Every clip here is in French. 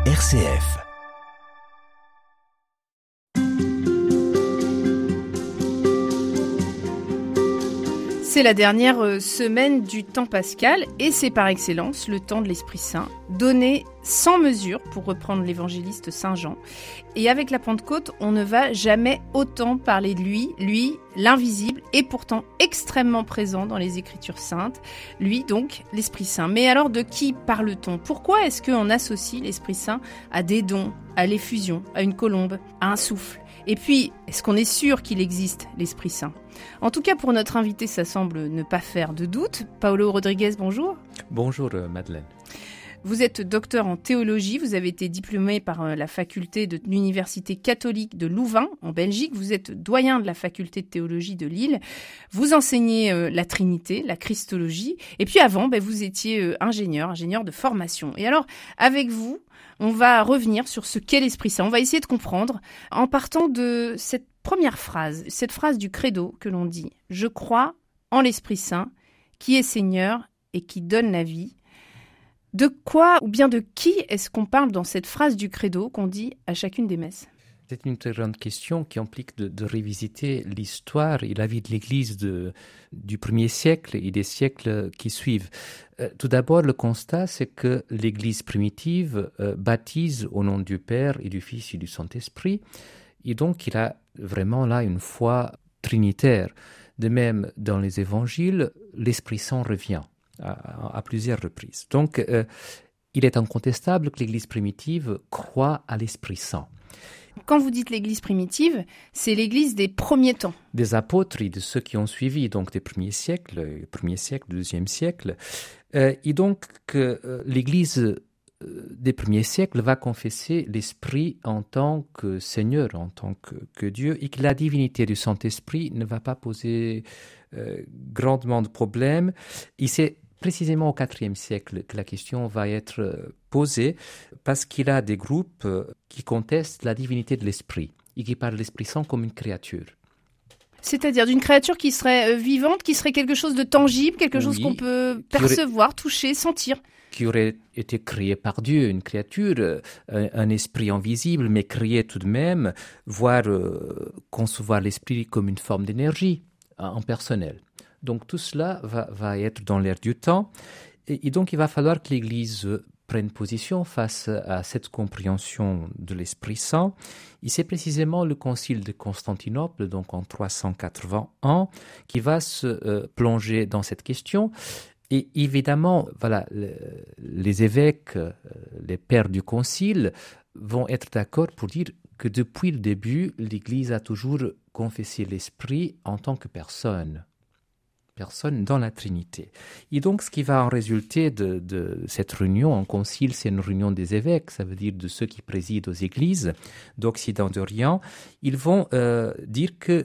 RCF. C'est la dernière semaine du temps pascal et c'est par excellence le temps de l'Esprit Saint, donné sans mesure pour reprendre l'évangéliste Saint Jean. Et avec la Pentecôte, on ne va jamais autant parler de lui, l'invisible, et pourtant extrêmement présent dans les Écritures saintes, lui donc l'Esprit Saint. Mais alors de qui parle-t-on ? Pourquoi est-ce qu'on associe l'Esprit Saint à des dons, à l'effusion, à une colombe, à un souffle ? Et puis, est-ce qu'on est sûr qu'il existe, l'Esprit Saint ? En tout cas, pour notre invité, ça semble ne pas faire de doute. Paolo Rodriguez, bonjour. Bonjour Madeleine. Vous êtes docteur en théologie, vous avez été diplômé par la faculté de l'Université catholique de Louvain, en Belgique. Vous êtes doyen de la faculté de théologie de Lille. Vous enseignez la Trinité, la Christologie. Et puis avant, vous étiez ingénieur de formation. Et alors, avec vous, on va revenir sur ce qu'est l'Esprit Saint. On va essayer de comprendre en partant de cette première phrase, cette phrase du credo que l'on dit « Je crois en l'Esprit Saint, qui est Seigneur et qui donne la vie ». De quoi ou bien de qui est-ce qu'on parle dans cette phrase du credo qu'on dit à chacune des messes ? C'est une très grande question qui implique de revisiter l'histoire et la vie de l'Église du premier siècle et des siècles qui suivent. Tout d'abord, le constat, c'est que l'Église primitive baptise au nom du Père et du Fils et du Saint-Esprit, et donc il a vraiment là une foi trinitaire. De même, dans les évangiles, l'Esprit Saint revient à plusieurs reprises. Donc, il est incontestable que l'Église primitive croit à l'Esprit Saint. Quand vous dites l'Église primitive, c'est l'Église des premiers temps. Des apôtres et de ceux qui ont suivi, donc des premiers siècles, deuxième siècle. Et donc, l'Église des premiers siècles va confesser l'Esprit en tant que Seigneur, en tant que Dieu, et que la divinité du Saint-Esprit ne va pas poser grandement de problèmes. Et c'est précisément au IVe siècle que la question va être posée, parce qu'il y a des groupes qui contestent la divinité de l'Esprit et qui parlent de l'Esprit Saint comme une créature. C'est-à-dire d'une créature qui serait vivante, qui serait quelque chose de tangible, quelque chose qu'on peut percevoir, toucher, sentir. Qui aurait été créé par Dieu, une créature, un esprit invisible, mais créé tout de même, voire concevoir l'esprit comme une forme d'énergie impersonnelle. Donc tout cela va être dans l'air du temps, et donc il va falloir que l'Église prenne position face à cette compréhension de l'Esprit Saint. Et c'est précisément le Concile de Constantinople, donc en 381, qui va se plonger dans cette question. Et évidemment, les évêques, les pères du Concile, vont être d'accord pour dire que depuis le début, l'Église a toujours confessé l'Esprit en tant que personne dans la Trinité. Et donc, ce qui va en résulter de cette réunion en concile, c'est une réunion des évêques, ça veut dire de ceux qui président aux églises d'Occident, d'Orient. Ils vont dire que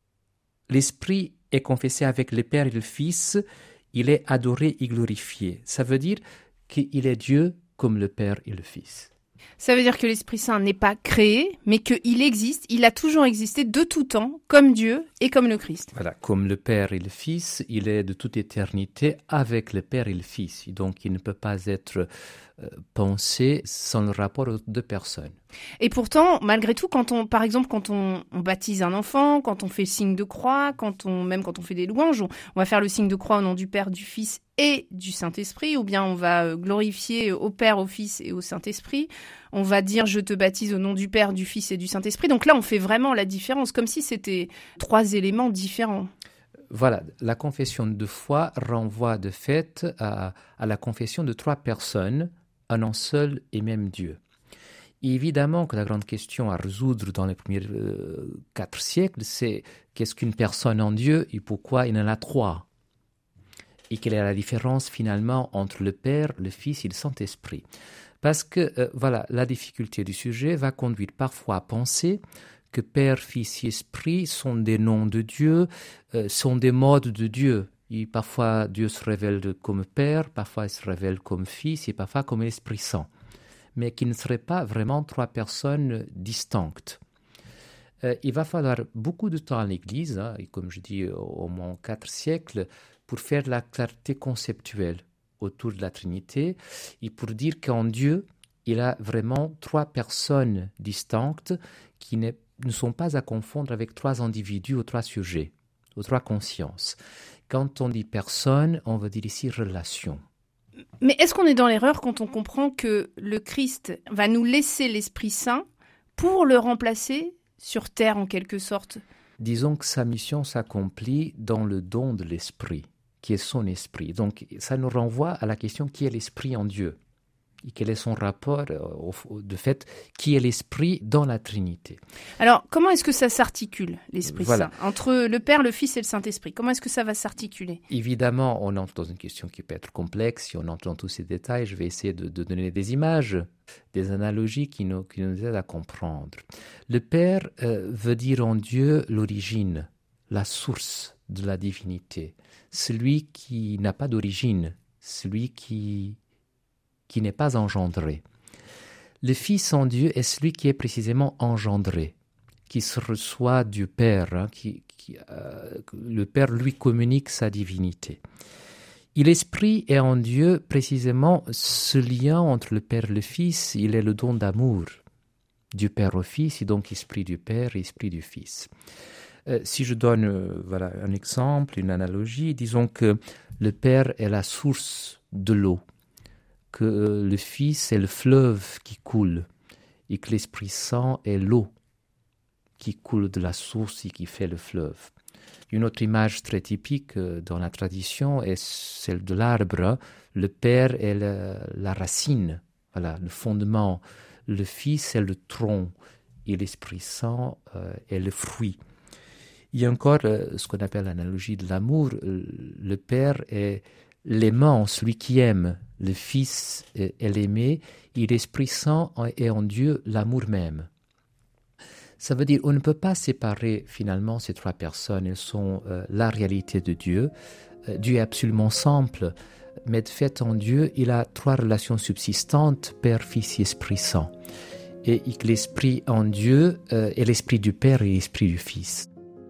l'Esprit est confessé avec le Père et le Fils, il est adoré et glorifié. Ça veut dire qu'il est Dieu comme le Père et le Fils. Ça veut dire que l'Esprit Saint n'est pas créé, mais qu'il existe, il a toujours existé de tout temps, comme Dieu et comme le Christ. Voilà, comme le Père et le Fils, il est de toute éternité avec le Père et le Fils. Donc, il ne peut pas être pensé sans le rapport aux deux personnes. Et pourtant, malgré tout, quand on baptise un enfant, quand on fait le signe de croix, quand on fait des louanges, on va faire le signe de croix au nom du Père, du Fils et du Saint-Esprit, ou bien on va glorifier au Père, au Fils et au Saint-Esprit. On va dire « je te baptise au nom du Père, du Fils et du Saint-Esprit ». Donc là, on fait vraiment la différence, comme si c'était trois éléments différents. Voilà, la confession de foi renvoie de fait à la confession de trois personnes, en un seul et même Dieu. Et évidemment que la grande question à résoudre dans les premiers 4 siècles, c'est qu'est-ce qu'une personne en Dieu et pourquoi il y en a 3 ? Et quelle est la différence finalement entre le Père, le Fils et le Saint-Esprit ? Parce que la difficulté du sujet va conduire parfois à penser que Père, Fils et Esprit sont des noms de Dieu, sont des modes de Dieu. Et parfois Dieu se révèle comme Père, parfois il se révèle comme Fils et parfois comme Esprit Saint. Mais qui ne seraient pas vraiment 3 personnes distinctes. Il va falloir beaucoup de temps à l'Église, et comme je dis au moins 4 siècles, pour faire la clarté conceptuelle autour de la Trinité et pour dire qu'en Dieu, il a vraiment trois personnes distinctes qui ne sont pas à confondre avec trois individus ou trois sujets, ou trois consciences. Quand on dit personne, on veut dire ici relation. Mais est-ce qu'on est dans l'erreur quand on comprend que le Christ va nous laisser l'Esprit Saint pour le remplacer sur terre en quelque sorte ? Disons que sa mission s'accomplit dans le don de l'Esprit, qui est son Esprit. Donc ça nous renvoie à la question qui est l'Esprit en Dieu et quel est son rapport de fait, qui est l'Esprit dans la Trinité. Alors, comment est-ce que ça s'articule, l'Esprit Voilà. Saint, entre le Père, le Fils et le Saint-Esprit ? Comment est-ce que ça va s'articuler ? Évidemment, on entre dans une question qui peut être complexe. Si on entre dans tous ces détails, je vais essayer de donner des images, des analogies qui nous aident à comprendre. Le Père veut dire en Dieu l'origine, la source de la divinité. Celui qui n'a pas d'origine, celui qui n'est pas engendré. Le Fils en Dieu est celui qui est précisément engendré, qui se reçoit du Père, le Père lui communique sa divinité. Et l'Esprit est en Dieu précisément ce lien entre le Père et le Fils, il est le don d'amour du Père au Fils, et donc Esprit du Père et Esprit du Fils. Si je donne un exemple, une analogie, disons que le Père est la source de l'eau, que le Fils est le fleuve qui coule et que l'Esprit Saint est l'eau qui coule de la source et qui fait le fleuve. Une autre image très typique dans la tradition est celle de l'arbre. Le Père est la racine, le fondement. Le Fils est le tronc et l'Esprit Saint est le fruit. Il y a encore ce qu'on appelle l'analogie de l'amour. Le Père est l'aimant, celui qui aime. Le Fils est l'aimé et l'Esprit Saint est en Dieu l'amour même. Ça veut dire qu'on ne peut pas séparer finalement ces trois personnes. Elles sont la réalité de Dieu. Dieu est absolument simple, mais de fait en Dieu, il a trois relations subsistantes, Père, Fils et Esprit Saint. Et l'Esprit en Dieu est l'Esprit du Père et l'Esprit du Fils.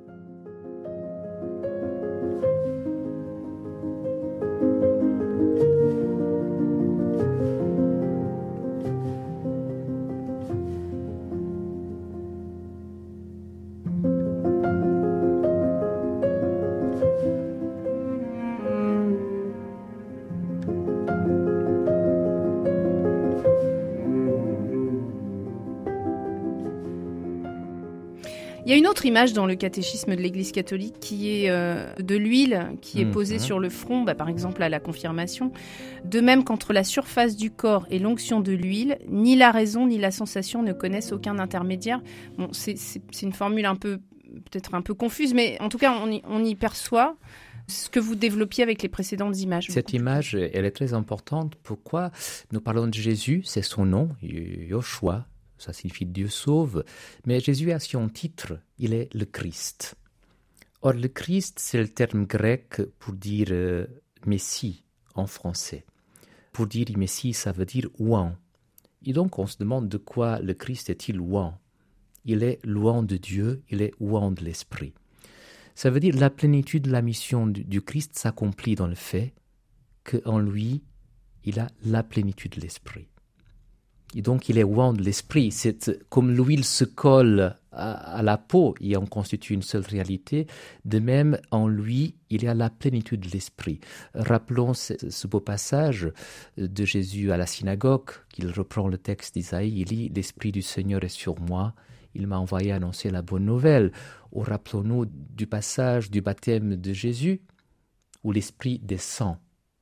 Il y a une autre image dans le catéchisme de l'Église catholique qui est de l'huile qui est posée sur le front, par exemple à la confirmation. De même qu'entre la surface du corps et l'onction de l'huile, ni la raison ni la sensation ne connaissent aucun intermédiaire. Bon, c'est une formule peut-être un peu confuse, mais en tout cas on y perçoit ce que vous développiez avec les précédentes images. Cette image, elle est très importante. Pourquoi ? Nous parlons de Jésus, c'est son nom, Yoshua. Ça signifie Dieu sauve, mais Jésus a son titre, il est le Christ. Or, le Christ, c'est le terme grec pour dire Messie en français. Pour dire Messie, ça veut dire ouan. Et donc, on se demande de quoi le Christ est-il ouan ? Il est louant de Dieu, il est ouan de l'Esprit. Ça veut dire la plénitude de la mission du Christ s'accomplit dans le fait qu'en lui, il a la plénitude de l'Esprit. Et donc, il est ouan de l'Esprit. C'est comme l'huile se colle à la peau et en constitue une seule réalité. De même, en lui, il y a la plénitude de l'Esprit. Rappelons ce beau passage de Jésus à la synagogue, qu'il reprend le texte d'Isaïe. Il dit « L'Esprit du Seigneur est sur moi. Il m'a envoyé annoncer la bonne nouvelle. » Ou rappelons-nous du passage du baptême de Jésus, où l'Esprit descend.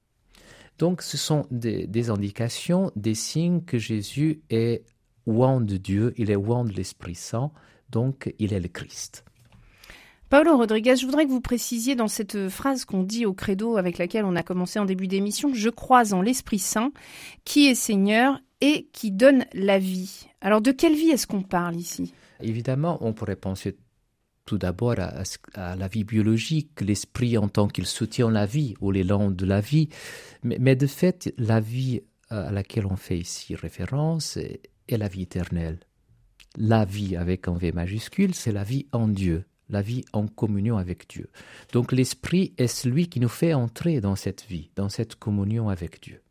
Donc, ce sont des indications, des signes que Jésus est ouan de Dieu, il est ouan de l'Esprit Saint, donc il est le Christ. Paulo Rodriguez, je voudrais que vous précisiez dans cette phrase qu'on dit au credo avec laquelle on a commencé en début d'émission, « Je crois en l'Esprit Saint, qui est Seigneur et qui donne la vie ». Alors, de quelle vie est-ce qu'on parle ici ? Évidemment, on pourrait penser tout d'abord à la vie biologique, l'esprit en tant qu'il soutient la vie, ou l'élan de la vie. Mais de fait, la vie à laquelle on fait ici référence est la vie éternelle. La vie avec un V majuscule, c'est la vie en Dieu, la vie en communion avec Dieu. Donc l'esprit est celui qui nous fait entrer dans cette vie, dans cette communion avec Dieu.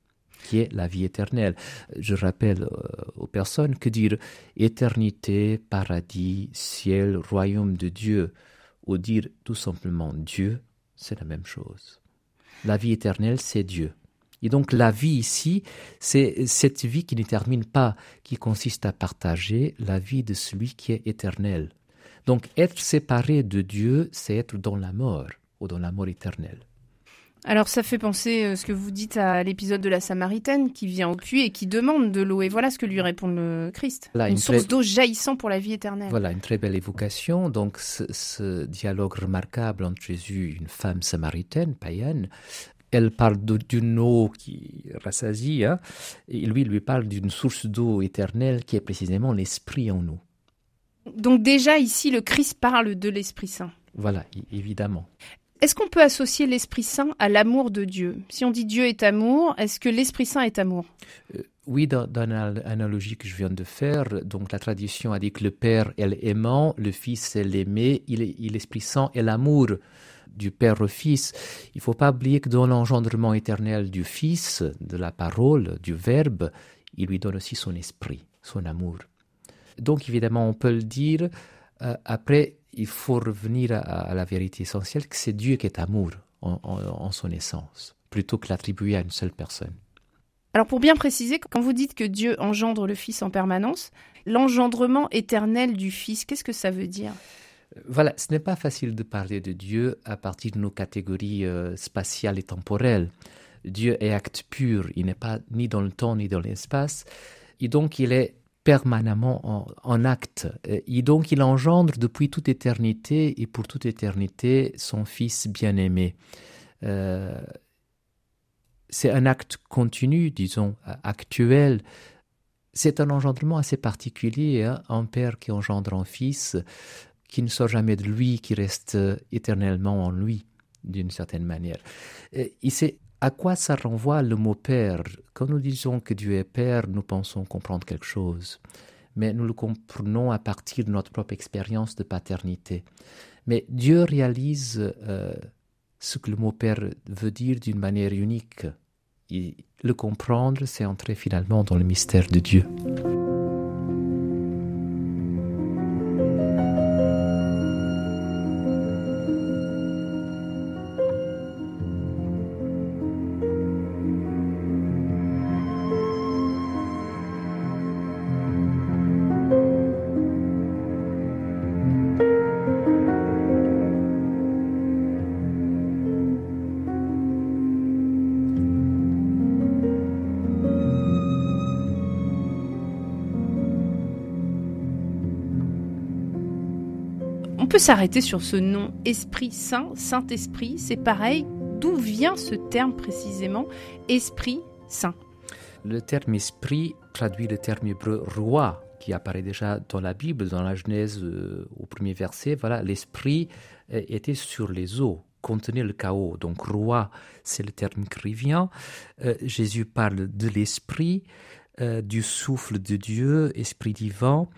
qui est la vie éternelle. Je rappelle aux personnes que dire éternité, paradis, ciel, royaume de Dieu, ou dire tout simplement Dieu, c'est la même chose. La vie éternelle, c'est Dieu. Et donc la vie ici, c'est cette vie qui ne termine pas, qui consiste à partager la vie de celui qui est éternel. Donc être séparé de Dieu, c'est être dans la mort, ou dans la mort éternelle. Alors ça fait penser ce que vous dites à l'épisode de la Samaritaine qui vient au puits et qui demande de l'eau. Et voilà ce que lui répond le Christ. Voilà, une source d'eau jaillissant pour la vie éternelle. Voilà, une très belle évocation. Donc ce dialogue remarquable entre Jésus et une femme samaritaine, païenne, elle parle d'une eau qui rassasie, hein, et lui parle d'une source d'eau éternelle qui est précisément l'Esprit en nous. Donc déjà ici, le Christ parle de l'Esprit Saint. Voilà, évidemment. Est-ce qu'on peut associer l'Esprit Saint à l'amour de Dieu ? Si on dit Dieu est amour, est-ce que l'Esprit Saint est amour ? Oui, dans l'analogie que je viens de faire, donc la tradition a dit que le Père est l'aimant, le Fils est l'aimé, l'Esprit Saint est l'amour du Père au Fils. Il ne faut pas oublier que dans l'engendrement éternel du Fils, de la parole, du Verbe, il lui donne aussi son esprit, son amour. Donc évidemment, on peut le dire. Après, il faut revenir à la vérité essentielle, que c'est Dieu qui est amour en son essence, plutôt que l'attribuer à une seule personne. Alors pour bien préciser, quand vous dites que Dieu engendre le Fils en permanence, l'engendrement éternel du Fils, qu'est-ce que ça veut dire ? Voilà, ce n'est pas facile de parler de Dieu à partir de nos catégories spatiales et temporelles. Dieu est acte pur, il n'est pas ni dans le temps ni dans l'espace, et donc il est permanemment en acte. Et donc il engendre depuis toute éternité et pour toute éternité son Fils bien-aimé. C'est un acte continu, disons, actuel. C'est un engendrement assez particulier, hein? Un père qui engendre un fils, qui ne sort jamais de lui, qui reste éternellement en lui, d'une certaine manière. Et c'est à quoi ça renvoie le mot père ? Quand nous disons que Dieu est père, nous pensons comprendre quelque chose. Mais nous le comprenons à partir de notre propre expérience de paternité. Mais Dieu réalise ce que le mot père veut dire d'une manière unique. Et le comprendre, c'est entrer finalement dans le mystère de Dieu. On peut s'arrêter sur ce nom Esprit Saint, Saint-Esprit, c'est pareil. D'où vient ce terme précisément, Esprit Saint ? Le terme esprit traduit le terme hébreu roi, qui apparaît déjà dans la Bible, dans la Genèse au premier verset. Voilà, l'esprit était sur les eaux, contenait le chaos. Donc roi, c'est le terme qui revient. Jésus parle de l'esprit, du souffle de Dieu, esprit divin.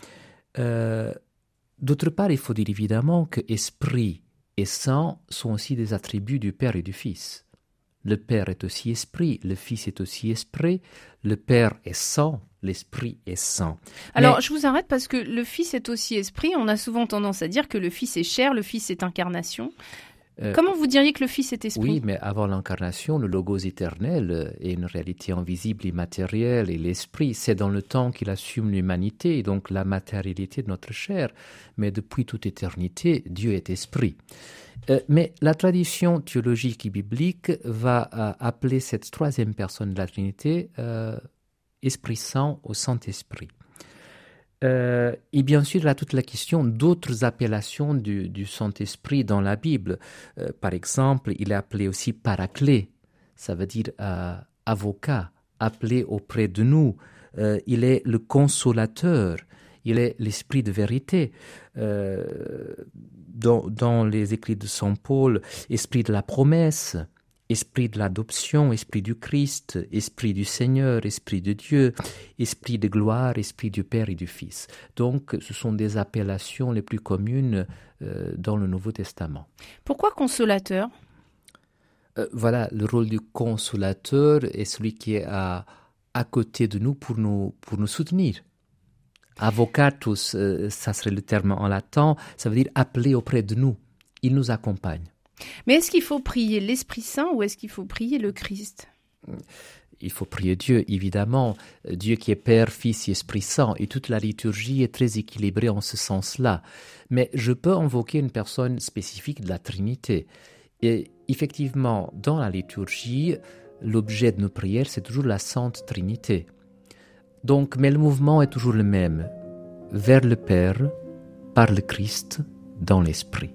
D'autre part, il faut dire évidemment que esprit et sang sont aussi des attributs du Père et du Fils. Le Père est aussi esprit, le Fils est aussi esprit, le Père est sang, l'Esprit est sang. Alors, je vous arrête parce que le Fils est aussi esprit. On a souvent tendance à dire que le Fils est chair, le Fils est incarnation. Comment vous diriez que le Fils est esprit ? Oui, mais avant l'incarnation, le Logos éternel est une réalité invisible, immatérielle, et l'Esprit, c'est dans le temps qu'il assume l'humanité, donc la matérialité de notre chair. Mais depuis toute éternité, Dieu est esprit. Mais la tradition théologique et biblique va appeler cette troisième personne de la Trinité Esprit Saint au Saint-Esprit. Et bien sûr, il y a toute la question d'autres appellations du Saint-Esprit dans la Bible. Par exemple, il est appelé aussi Paraclet, ça veut dire avocat, appelé auprès de nous. Il est le consolateur, il est l'Esprit de vérité. Dans les écrits de Saint Paul, Esprit de la promesse, Esprit de l'adoption, Esprit du Christ, Esprit du Seigneur, Esprit de Dieu, Esprit de gloire, Esprit du Père et du Fils. Donc, ce sont des appellations les plus communes dans le Nouveau Testament. Pourquoi consolateur ? Voilà, le rôle du consolateur est celui qui est à à côté de nous pour nous soutenir. Avocatus, ça serait le terme en latin, ça veut dire appeler auprès de nous. Il nous accompagne. Mais est-ce qu'il faut prier l'Esprit Saint ou est-ce qu'il faut prier le Christ ? Il faut prier Dieu, évidemment. Dieu qui est Père, Fils et Esprit Saint. Et toute la liturgie est très équilibrée en ce sens-là. Mais je peux invoquer une personne spécifique de la Trinité. Et effectivement, dans la liturgie, l'objet de nos prières, c'est toujours la Sainte Trinité. Donc, mais le mouvement est toujours le même. Vers le Père, par le Christ, dans l'Esprit.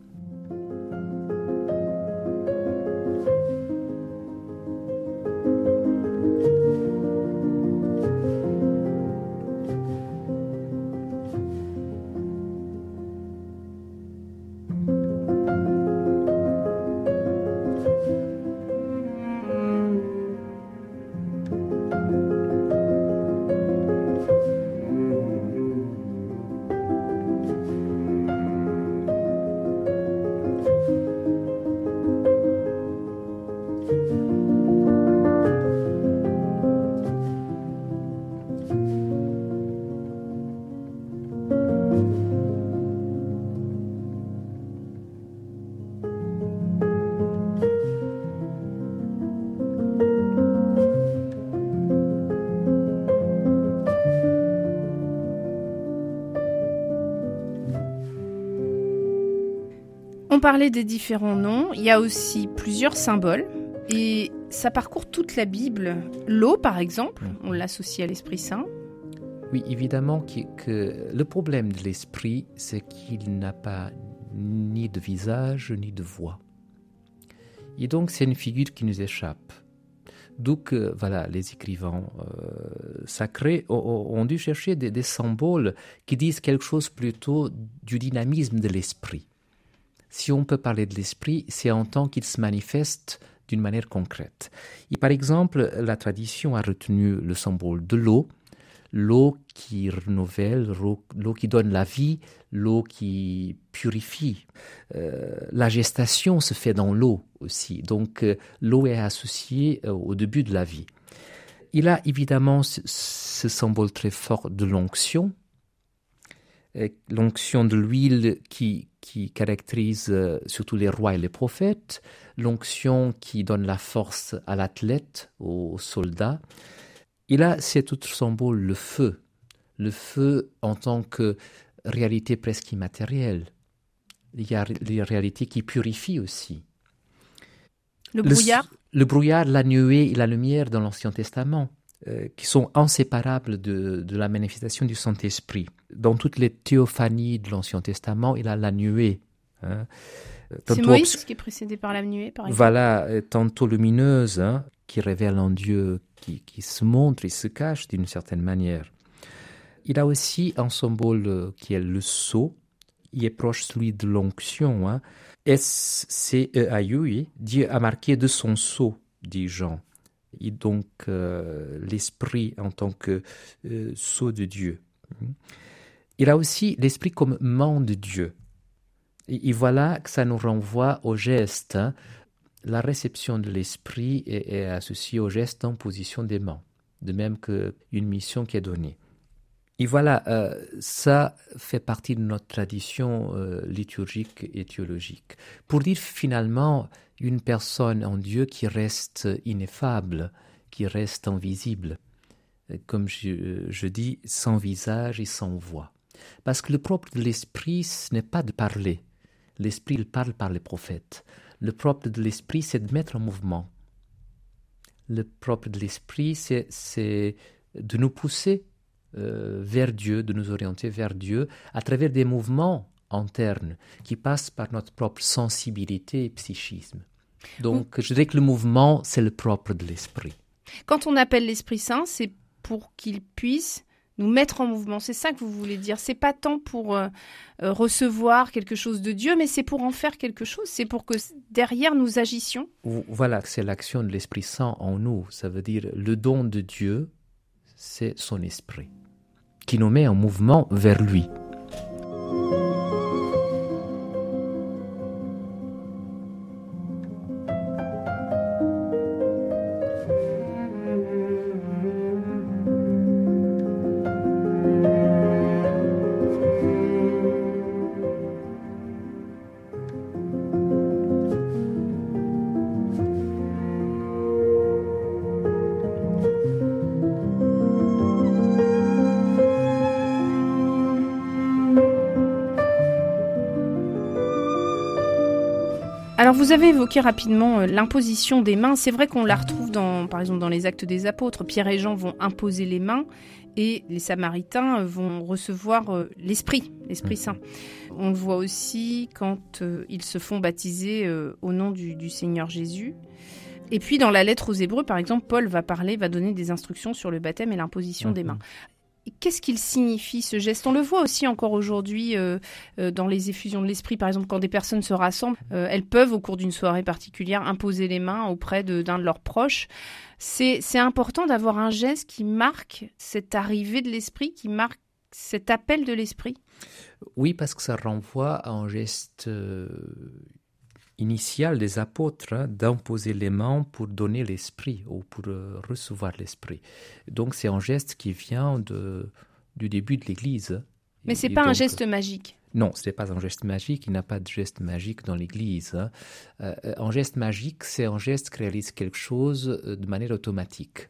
On parlait des différents noms, il y a aussi plusieurs symboles et ça parcourt toute la Bible. L'eau, par exemple, on l'associe à l'Esprit Saint. Oui, évidemment que le problème de l'Esprit, c'est qu'il n'a pas ni de visage ni de voix. Et donc, c'est une figure qui nous échappe. Donc, voilà, les écrivains sacrés ont dû chercher des symboles qui disent quelque chose plutôt du dynamisme de l'Esprit. Si on peut parler de l'esprit, c'est en tant qu'il se manifeste d'une manière concrète. Et par exemple, la tradition a retenu le symbole de l'eau qui renouvelle, l'eau qui donne la vie, l'eau qui purifie. La gestation se fait dans l'eau aussi, donc l'eau est associée au début de la vie. Il a évidemment ce symbole très fort de l'onction, l'onction de l'huile qui caractérise surtout les rois et les prophètes, l'onction qui donne la force à l'athlète, au soldat. Et là, cet autre symbole, le feu en tant que réalité presque immatérielle. Il y a les réalités qui purifient aussi. Le brouillard ? Le brouillard, la nuée et la lumière dans l'Ancien Testament, qui sont inséparables de la manifestation du Saint-Esprit. Dans toutes les théophanies de l'Ancien Testament, il y a la nuée. C'est Moïse qui est précédé par la nuée, par exemple. Voilà, tantôt lumineuse, qui révèle un Dieu qui se montre et se cache d'une certaine manière. Il a aussi un symbole qui est le sceau. Il est proche celui de l'onction. S-C-E-A-U, Dieu a marqué de son sceau, dit Jean. Et donc l'esprit en tant que sceau de Dieu. Il a aussi l'esprit comme main de Dieu. Et voilà que ça nous renvoie au geste. La réception de l'esprit est associée au geste en position des mains, de même qu'une mission qui est donnée. Et voilà, ça fait partie de notre tradition liturgique et théologique. Pour dire finalement une personne en Dieu qui reste ineffable, qui reste invisible, comme je dis, sans visage et sans voix. Parce que le propre de l'esprit, ce n'est pas de parler. L'esprit, il parle par les prophètes. Le propre de l'esprit, c'est de mettre en mouvement. Le propre de l'esprit, c'est de nous pousser vers Dieu, de nous orienter vers Dieu à travers des mouvements internes qui passent par notre propre sensibilité et psychisme. Donc, je dirais que le mouvement, c'est le propre de l'esprit. Quand on appelle l'Esprit Saint, c'est pour qu'il puisse nous mettre en mouvement. C'est ça que vous voulez dire. C'est pas tant pour recevoir quelque chose de Dieu, mais c'est pour en faire quelque chose. C'est pour que derrière nous agissions. Voilà, c'est l'action de l'Esprit Saint en nous. Ça veut dire le don de Dieu, c'est son esprit qui nous met en mouvement vers lui. Alors vous avez évoqué rapidement l'imposition des mains. C'est vrai qu'on la retrouve par exemple dans les Actes des Apôtres. Pierre et Jean vont imposer les mains et les Samaritains vont recevoir l'Esprit Saint. On le voit aussi quand ils se font baptiser au nom du Seigneur Jésus. Et puis dans la lettre aux Hébreux, par exemple, Paul va donner des instructions sur le baptême et l'imposition des mains. Qu'est-ce qu'il signifie ce geste ? On le voit aussi encore aujourd'hui dans les effusions de l'esprit. Par exemple, quand des personnes se rassemblent, elles peuvent, au cours d'une soirée particulière, imposer les mains auprès d'un de leurs proches. C'est important d'avoir un geste qui marque cette arrivée de l'esprit, qui marque cet appel de l'esprit. Oui, parce que ça renvoie à un geste initial des apôtres, d'imposer les mains pour donner l'esprit ou pour recevoir l'esprit. Donc c'est un geste qui vient du début de l'Église. Mais ce n'est pas un geste magique. Non, ce n'est pas un geste magique. Il n'y a pas de geste magique dans l'Église. Un geste magique, c'est un geste qui réalise quelque chose de manière automatique.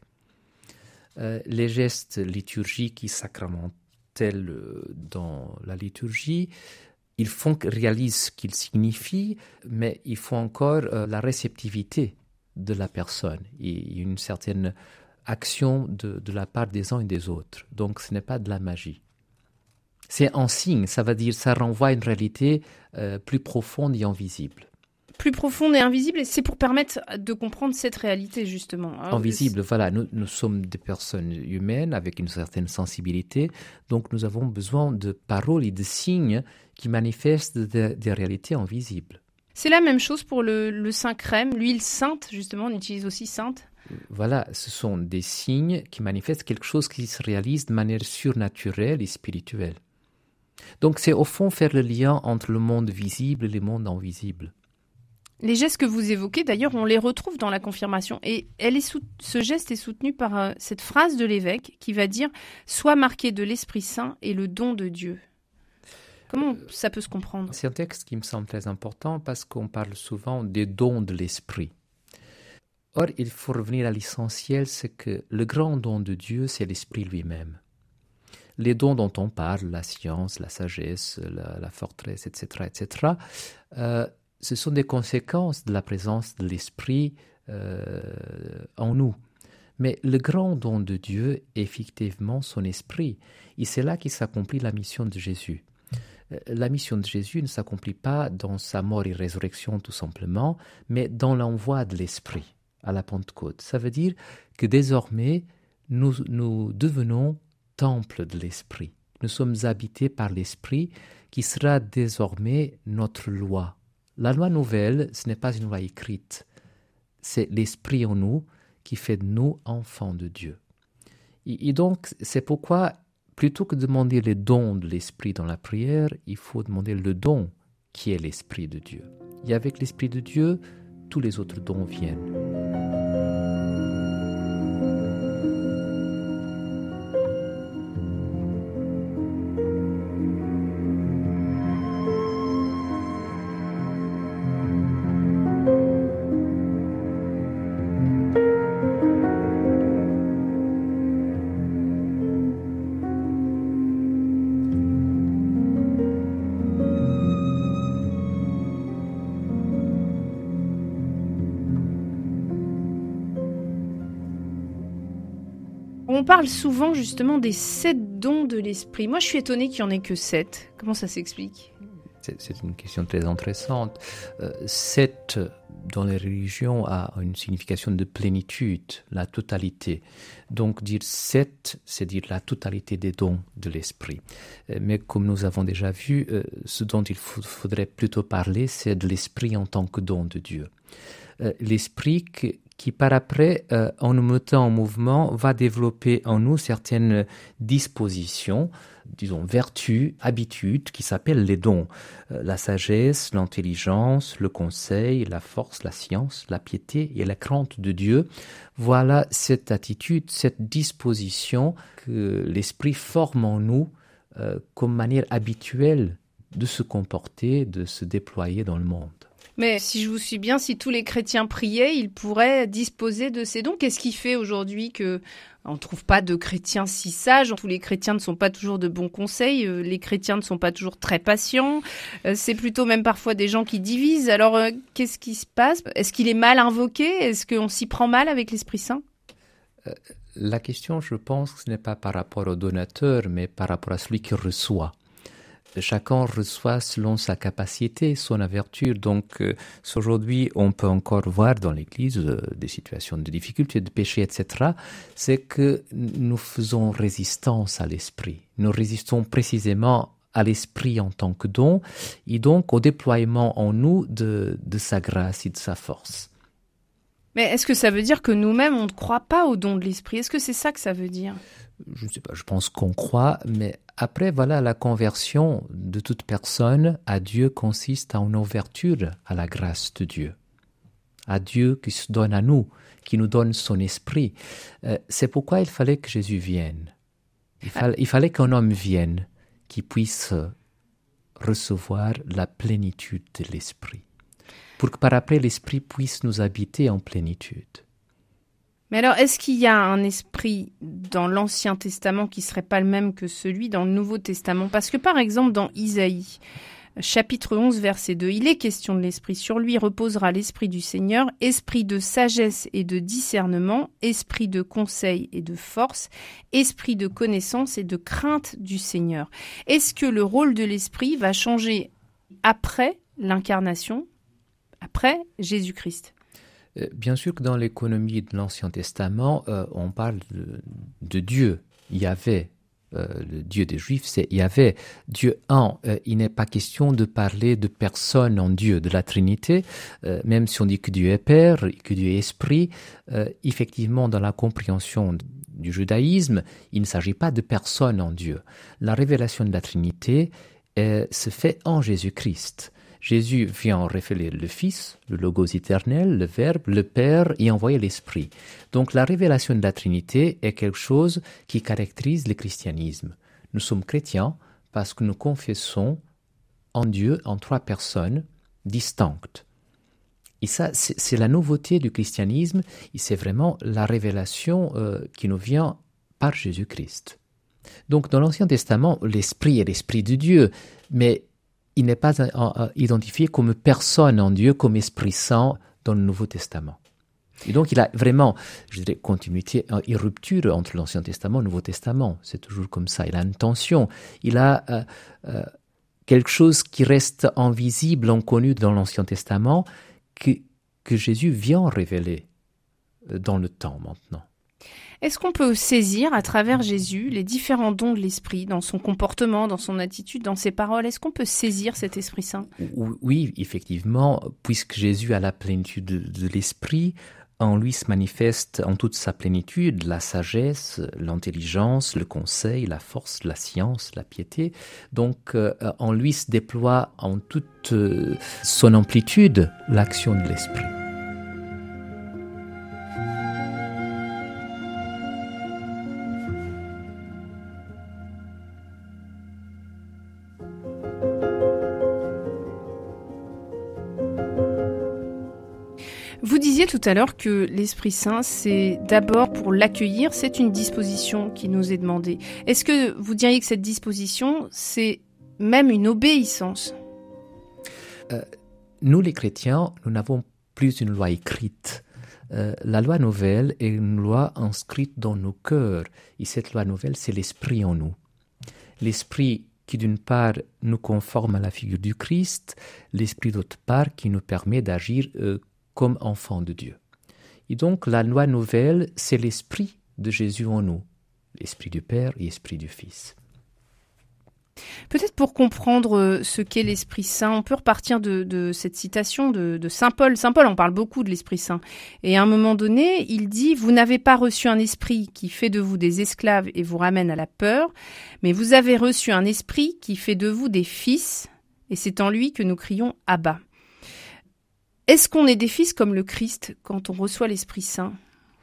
Les gestes liturgiques et sacramentels dans la liturgie, ils réalisent ce qu'ils signifient, mais il faut encore la réceptivité de la personne et une certaine action de la part des uns et des autres. Donc ce n'est pas de la magie. C'est un signe, ça veut dire ça renvoie à une réalité plus profonde et invisible. Plus profonde et invisible, et c'est pour permettre de comprendre cette réalité, justement. Invisible, voilà. Nous sommes des personnes humaines avec une certaine sensibilité, donc nous avons besoin de paroles et de signes qui manifestent des réalités invisibles. C'est la même chose pour le saint crème, l'huile sainte, justement, on utilise aussi sainte. Voilà, ce sont des signes qui manifestent quelque chose qui se réalise de manière surnaturelle et spirituelle. Donc c'est au fond faire le lien entre le monde visible et le monde invisible. Les gestes que vous évoquez, d'ailleurs, on les retrouve dans la confirmation. Et ce geste est soutenu par cette phrase de l'évêque qui va dire « Sois marqué de l'Esprit Saint et le don de Dieu ». Comment ça peut se comprendre ? C'est un texte qui me semble très important parce qu'on parle souvent des dons de l'Esprit. Or, il faut revenir à l'essentiel, c'est que le grand don de Dieu, c'est l'Esprit lui-même. Les dons dont on parle, la science, la sagesse, la forteresse, etc., ce sont des conséquences de la présence de l'Esprit en nous. Mais le grand don de Dieu est effectivement son Esprit. Et c'est là qu'il s'accomplit la mission de Jésus. La mission de Jésus ne s'accomplit pas dans sa mort et résurrection tout simplement, mais dans l'envoi de l'Esprit à la Pentecôte. Ça veut dire que désormais, nous devenons temple de l'Esprit. Nous sommes habités par l'Esprit qui sera désormais notre loi. La loi nouvelle, ce n'est pas une loi écrite. C'est l'Esprit en nous qui fait de nous enfants de Dieu. Et donc, c'est pourquoi, plutôt que de demander les dons de l'Esprit dans la prière, il faut demander le don qui est l'Esprit de Dieu. Et avec l'Esprit de Dieu, tous les autres dons viennent. On parle souvent justement des 7 dons de l'esprit. Moi, je suis étonnée qu'il n'y en ait que 7. Comment ça s'explique ? C'est une question très intéressante. 7 dans les religions a une signification de plénitude, la totalité. Donc dire 7, c'est dire la totalité des dons de l'esprit. Mais comme nous avons déjà vu, ce dont il faudrait plutôt parler, c'est de l'esprit en tant que don de Dieu. L'esprit qui par après, en nous mettant en mouvement, va développer en nous certaines dispositions, disons vertus, habitudes, qui s'appellent les dons. La sagesse, l'intelligence, le conseil, la force, la science, la piété et la crainte de Dieu. Voilà cette attitude, cette disposition que l'Esprit forme en nous comme manière habituelle de se comporter, de se déployer dans le monde. Mais si je vous suis bien, si tous les chrétiens priaient, ils pourraient disposer de ces dons. Qu'est-ce qui fait aujourd'hui que on ne trouve pas de chrétiens si sages? Tous les chrétiens ne sont pas toujours de bons conseils. Les chrétiens ne sont pas toujours très patients. C'est plutôt même parfois des gens qui divisent. Alors, qu'est-ce qui se passe? Est-ce qu'il est mal invoqué? Est-ce qu'on s'y prend mal avec l'Esprit Saint? La question, je pense, ce n'est pas par rapport au donateur, mais par rapport à celui qui reçoit. Chacun reçoit selon sa capacité, son ouverture. Donc, aujourd'hui, on peut encore voir dans l'Église des situations de difficulté, de péché, etc. C'est que nous faisons résistance à l'Esprit. Nous résistons précisément à l'Esprit en tant que don, et donc au déploiement en nous de sa grâce et de sa force. Mais est-ce que ça veut dire que nous-mêmes, on ne croit pas au don de l'Esprit? Est-ce que c'est ça que ça veut dire? Je ne sais pas, je pense qu'on croit, mais après, voilà, la conversion de toute personne à Dieu consiste en ouverture à la grâce de Dieu, à Dieu qui se donne à nous, qui nous donne son esprit. C'est pourquoi il fallait que Jésus vienne. Il fallait qu'un homme vienne qui puisse recevoir la plénitude de l'esprit, pour que par après l'esprit puisse nous habiter en plénitude. Mais alors, est-ce qu'il y a un esprit dans l'Ancien Testament qui ne serait pas le même que celui dans le Nouveau Testament? Parce que par exemple, dans Isaïe, chapitre 11, verset 2, il est question de l'esprit. Sur lui reposera l'esprit du Seigneur, esprit de sagesse et de discernement, esprit de conseil et de force, esprit de connaissance et de crainte du Seigneur. Est-ce que le rôle de l'esprit va changer après l'incarnation, après Jésus-Christ? Bien sûr que dans l'économie de l'Ancien Testament, on parle de Dieu. Yahvé, le Dieu des Juifs, c'est Yahvé, Dieu un. Il n'est pas question de parler de personne en Dieu, de la Trinité, même si on dit que Dieu est Père, que Dieu est Esprit. Effectivement, dans la compréhension du judaïsme, il ne s'agit pas de personne en Dieu. La révélation de la Trinité se fait en Jésus-Christ. Jésus vient révéler le Fils, le Logos éternel, le Verbe, le Père et envoyer l'Esprit. Donc la révélation de la Trinité est quelque chose qui caractérise le christianisme. Nous sommes chrétiens parce que nous confessons en Dieu en trois personnes distinctes. Et ça, c'est la nouveauté du christianisme et c'est vraiment la révélation qui nous vient par Jésus-Christ. Donc dans l'Ancien Testament, l'Esprit est l'Esprit de Dieu, mais il n'est pas identifié comme personne en Dieu, comme Esprit Saint dans le Nouveau Testament. Et donc, il a vraiment, je dirais, continuité et rupture entre l'Ancien Testament et le Nouveau Testament. C'est toujours comme ça. Il a une tension. Il a quelque chose qui reste invisible, inconnu dans l'Ancien Testament, que Jésus vient révéler dans le temps maintenant. Est-ce qu'on peut saisir à travers Jésus les différents dons de l'Esprit, dans son comportement, dans son attitude, dans ses paroles? Est-ce qu'on peut saisir cet Esprit Saint? Oui, effectivement, puisque Jésus a la plénitude de l'Esprit, en lui se manifeste en toute sa plénitude la sagesse, l'intelligence, le conseil, la force, la science, la piété. Donc en lui se déploie en toute son amplitude l'action de l'Esprit. Vous disiez tout à l'heure que l'Esprit Saint, c'est d'abord pour l'accueillir, c'est une disposition qui nous est demandée. Est-ce que vous diriez que cette disposition, c'est même une obéissance? Nous, les chrétiens, nous n'avons plus une loi écrite. La loi nouvelle est une loi inscrite dans nos cœurs. Et cette loi nouvelle, c'est l'Esprit en nous. L'Esprit qui, d'une part, nous conforme à la figure du Christ, l'Esprit, d'autre part, qui nous permet d'agir comme enfants de Dieu. Et donc, la loi nouvelle, c'est l'Esprit de Jésus en nous, l'Esprit du Père et l'Esprit du Fils. Peut-être pour comprendre ce qu'est l'Esprit Saint, on peut repartir de cette citation de Saint Paul. Saint Paul en parle beaucoup de l'Esprit Saint. Et à un moment donné, il dit « Vous n'avez pas reçu un esprit qui fait de vous des esclaves et vous ramène à la peur, mais vous avez reçu un esprit qui fait de vous des fils, et c'est en lui que nous crions « Abba ». Est-ce qu'on est des fils comme le Christ quand on reçoit l'Esprit Saint?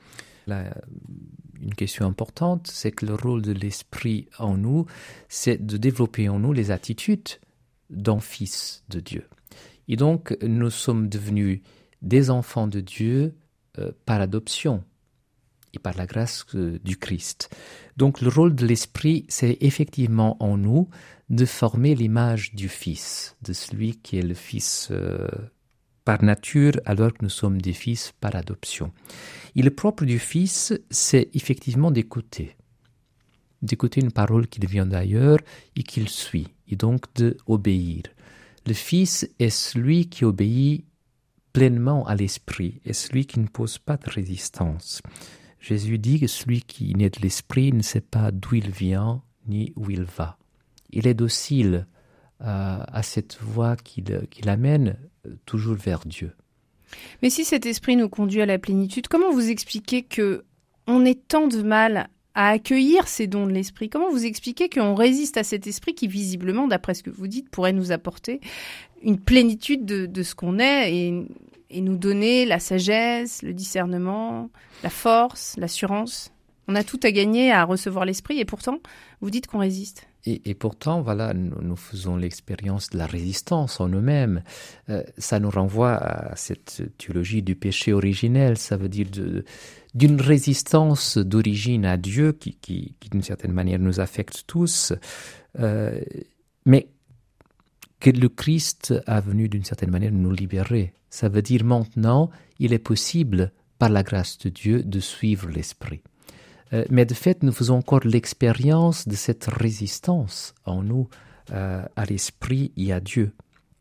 Une question importante, c'est que le rôle de l'Esprit en nous, c'est de développer en nous les attitudes d'un fils de Dieu. Et donc, nous sommes devenus des enfants de Dieu par adoption et par la grâce du Christ. Donc, le rôle de l'Esprit, c'est effectivement en nous de former l'image du Fils, de celui qui est le Fils par nature, alors que nous sommes des fils par adoption. Et le propre du Fils, c'est effectivement d'écouter une parole qui vient d'ailleurs et qu'il suit, et donc d'obéir. Le Fils est celui qui obéit pleinement à l'Esprit, est celui qui ne pose pas de résistance. Jésus dit que celui qui naît de l'Esprit ne sait pas d'où il vient ni où il va. Il est docile à cette voie qui l'amène toujours vers Dieu. Mais si cet esprit nous conduit à la plénitude, comment vous expliquez qu'on ait tant de mal à accueillir ces dons de l'esprit? Comment vous expliquez qu'on résiste à cet esprit qui, visiblement, d'après ce que vous dites, pourrait nous apporter une plénitude de ce qu'on est et nous donner la sagesse, le discernement, la force, l'assurance? On a tout à gagner à recevoir l'esprit et pourtant, vous dites qu'on résiste. Et pourtant, voilà, nous faisons l'expérience de la résistance en nous-mêmes. Ça nous renvoie à cette théologie du péché originel. Ça veut dire d'une résistance d'origine à Dieu qui d'une certaine manière, nous affecte tous. Mais que le Christ a venu d'une certaine manière nous libérer. Ça veut dire maintenant, il est possible, par la grâce de Dieu, de suivre l'Esprit. Mais de fait, nous faisons encore l'expérience de cette résistance en nous à l'Esprit et à Dieu.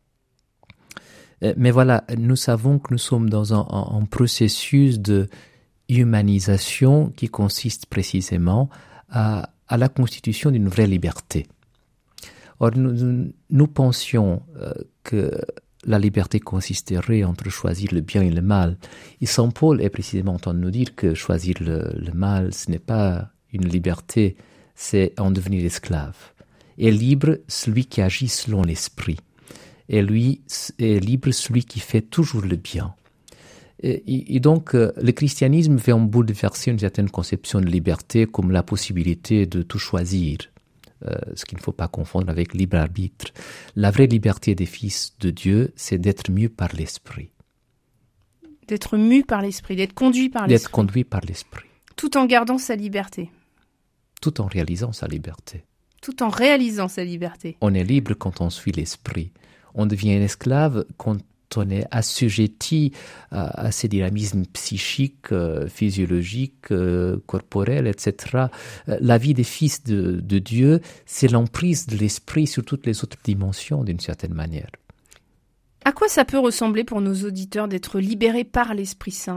Mais voilà, nous savons que nous sommes dans un processus de humanisation qui consiste précisément à la constitution d'une vraie liberté. Or, nous pensions que la liberté consisterait entre choisir le bien et le mal. Et Saint Paul est précisément en train de nous dire que choisir le mal, ce n'est pas une liberté, c'est en devenir esclave. Et libre celui qui agit selon l'esprit. Et lui est libre celui qui fait toujours le bien. Et donc, le christianisme vient bouleverser une certaine conception de liberté comme la possibilité de tout choisir. Ce qu'il ne faut pas confondre avec libre arbitre. La vraie liberté des fils de Dieu, c'est d'être mus par l'Esprit. D'être mus par l'Esprit, d'être conduit par l'Esprit. D'être conduit par l'Esprit. Tout en gardant sa liberté. Tout en réalisant sa liberté. Tout en réalisant sa liberté. On est libre quand on suit l'Esprit. On devient un esclave quand on est assujetti à ces dynamismes psychiques, physiologiques, corporels, etc. La vie des fils de Dieu, c'est l'emprise de l'esprit sur toutes les autres dimensions, d'une certaine manière. À quoi ça peut ressembler pour nos auditeurs d'être libérés par l'Esprit Saint ?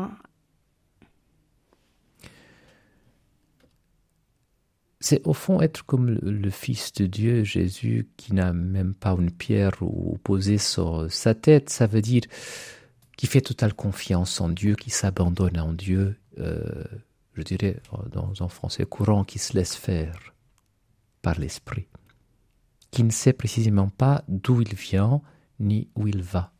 C'est au fond être comme le Fils de Dieu, Jésus, qui n'a même pas une pierre où poser sur sa tête. Ça veut dire qui fait totale confiance en Dieu, qui s'abandonne en Dieu, je dirais dans un français courant, qui se laisse faire par l'Esprit, qui ne sait précisément pas d'où il vient ni où il va.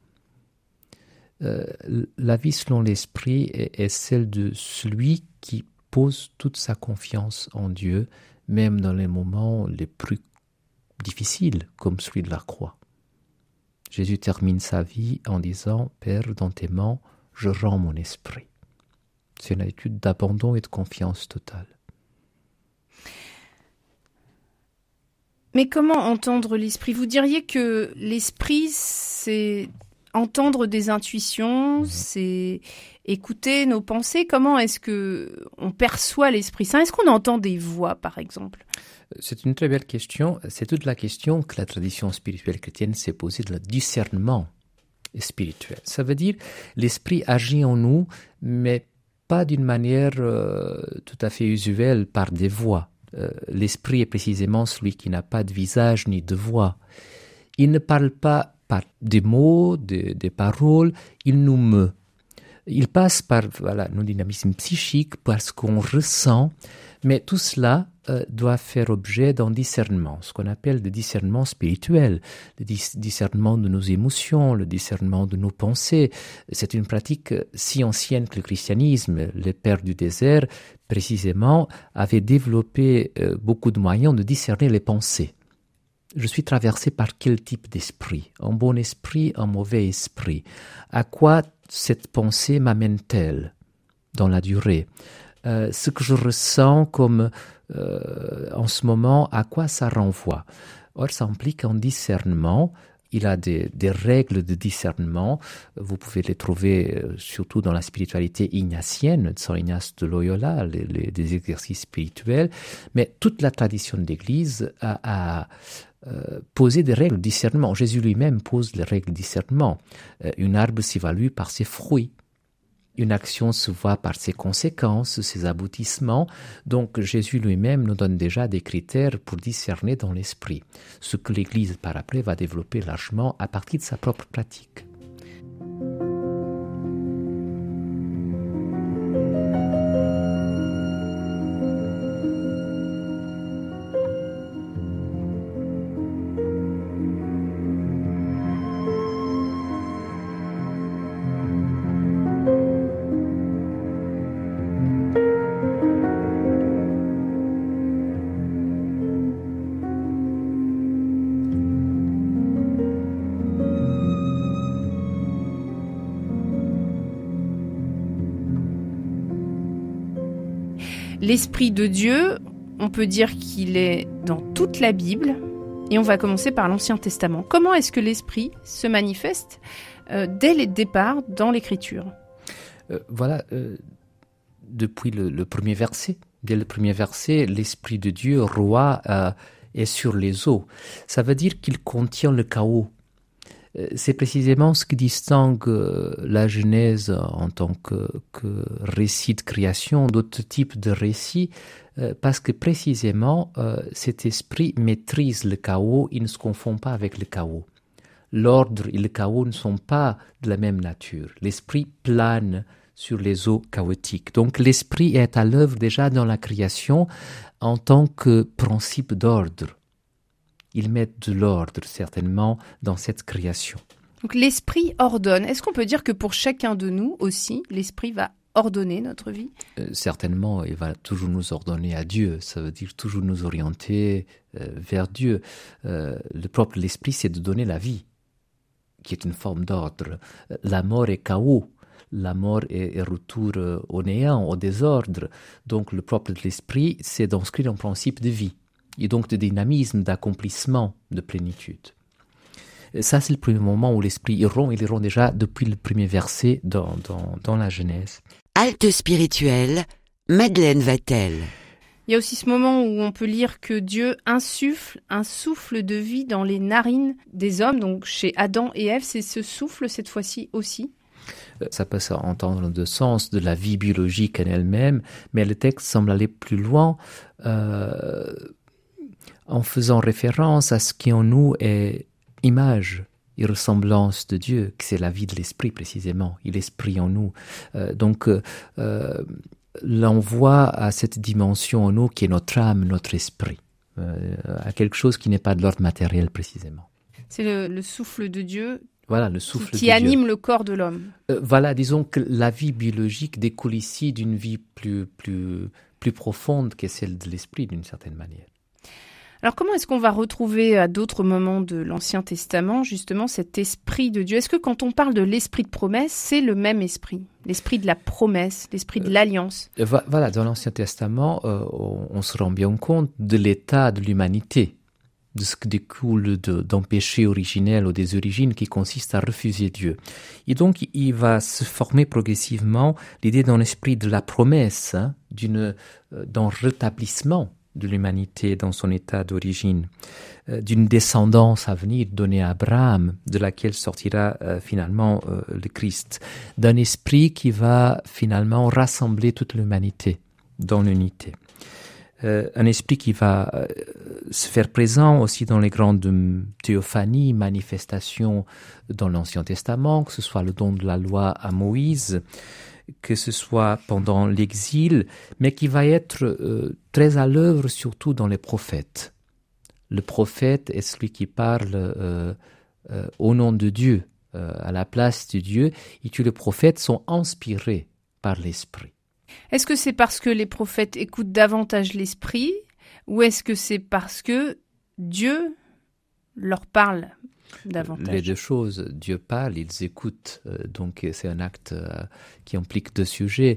La vie selon l'Esprit est celle de celui qui pose toute sa confiance en Dieu, même dans les moments les plus difficiles, comme celui de la croix. Jésus termine sa vie en disant « Père, dans tes mains, je rends mon esprit ». C'est une attitude d'abandon et de confiance totale. Mais comment entendre l'esprit ? Vous diriez que l'esprit, c'est entendre des intuitions, c'est écouter nos pensées. Comment est-ce que on perçoit l'Esprit Saint ? Est-ce qu'on entend des voix, par exemple ? C'est une très belle question. C'est toute la question que la tradition spirituelle chrétienne s'est posée de le discernement spirituel. Ça veut dire l'Esprit agit en nous, mais pas d'une manière tout à fait usuelle par des voix. L'Esprit est précisément celui qui n'a pas de visage ni de voix. Il ne parle pas par des mots, des paroles, il nous meut. Il passe par nos dynamismes psychiques, par ce qu'on ressent, mais tout cela doit faire objet d'un discernement, ce qu'on appelle le discernement spirituel, le discernement de nos émotions, le discernement de nos pensées. C'est une pratique si ancienne que le christianisme. Les pères du désert, précisément, avaient développé beaucoup de moyens de discerner les pensées. je suis traversé par quel type d'esprit? Un bon esprit, un mauvais esprit? À quoi cette pensée m'amène-t-elle dans la durée? Ce que je ressens comme en ce moment, à quoi ça renvoie? Or, ça implique un discernement. Il a des règles de discernement. Vous pouvez les trouver surtout dans la spiritualité ignatienne de Saint Ignace de Loyola, des exercices spirituels. Mais toute la tradition de l'Église a posé des règles de discernement. Jésus lui-même pose les règles de discernement. Une arbre s'évalue par ses fruits. Une action se voit par ses conséquences, ses aboutissements. Donc Jésus lui-même nous donne déjà des critères pour discerner dans l'esprit, ce que l'Église par après va développer largement à partir de sa propre pratique. L'Esprit de Dieu, on peut dire qu'il est dans toute la Bible, et on va commencer par l'Ancien Testament. Comment est-ce que l'Esprit se manifeste dès le départ dans l'Écriture? Depuis le premier verset. Dès le premier verset, l'Esprit de Dieu, roi, est sur les eaux. Ça veut dire qu'il contient le chaos. C'est précisément ce qui distingue la Genèse en tant que récit de création d'autres types de récits, parce que précisément cet esprit maîtrise le chaos, il ne se confond pas avec le chaos. L'ordre et le chaos ne sont pas de la même nature. L'esprit plane sur les eaux chaotiques. Donc l'esprit est à l'œuvre déjà dans la création en tant que principe d'ordre. Ils mettent de l'ordre, certainement, dans cette création. Donc l'Esprit ordonne. Est-ce qu'on peut dire que pour chacun de nous aussi, l'Esprit va ordonner notre vie? Certainement, il va toujours nous ordonner à Dieu. Ça veut dire toujours nous orienter vers Dieu. Le propre de l'Esprit, c'est de donner la vie, qui est une forme d'ordre. La mort est chaos. La mort est retour au néant, au désordre. Donc le propre de l'Esprit, c'est d'inscrire un principe de vie. Et donc de dynamisme, d'accomplissement, de plénitude. Ça, c'est le premier moment où l'esprit irrompt. Il irrompt déjà depuis le premier verset dans la Genèse. Halte spirituelle, Madeleine Vatel. Il y a aussi ce moment où on peut lire que Dieu insuffle un souffle de vie dans les narines des hommes. Donc chez Adam et Ève, c'est ce souffle cette fois-ci aussi. Ça peut s'entendre dans deux sens, de la vie biologique en elle-même, mais le texte semble aller plus loin en faisant référence à ce qui en nous est image et ressemblance de Dieu, que c'est la vie de l'esprit précisément, et l'esprit en nous. Donc l'envoi à cette dimension en nous qui est notre âme, notre esprit, à quelque chose qui n'est pas de l'ordre matériel précisément. C'est le souffle de Dieu. Voilà, le souffle qui de anime Dieu. Le corps de l'homme. Disons que la vie biologique découle ici d'une vie plus profonde que celle de l'esprit, d'une certaine manière. Alors comment est-ce qu'on va retrouver à d'autres moments de l'Ancien Testament justement cet esprit de Dieu? Est-ce que quand on parle de l'esprit de promesse, c'est le même esprit? L'esprit de la promesse, l'esprit de l'alliance? Dans l'Ancien Testament, on se rend bien compte de l'état de l'humanité, de ce qui découle d'un péché originel ou des origines qui consiste à refuser Dieu. Et donc, il va se former progressivement l'idée d'un esprit de la promesse, d'un rétablissement de l'humanité dans son état d'origine, d'une descendance à venir donnée à Abraham, de laquelle sortira finalement le Christ, d'un esprit qui va finalement rassembler toute l'humanité dans l'unité. Un esprit qui va se faire présent aussi dans les grandes théophanies, manifestations dans l'Ancien Testament, que ce soit le don de la loi à Moïse, que ce soit pendant l'exil, mais qui va être très à l'œuvre surtout dans les prophètes. Le prophète est celui qui parle au nom de Dieu, à la place de Dieu, et que les prophètes sont inspirés par l'Esprit. Est-ce que c'est parce que les prophètes écoutent davantage l'Esprit, ou est-ce que c'est parce que Dieu leur parle davantage? Les deux choses. Dieu parle, ils écoutent. Donc c'est un acte qui implique deux sujets.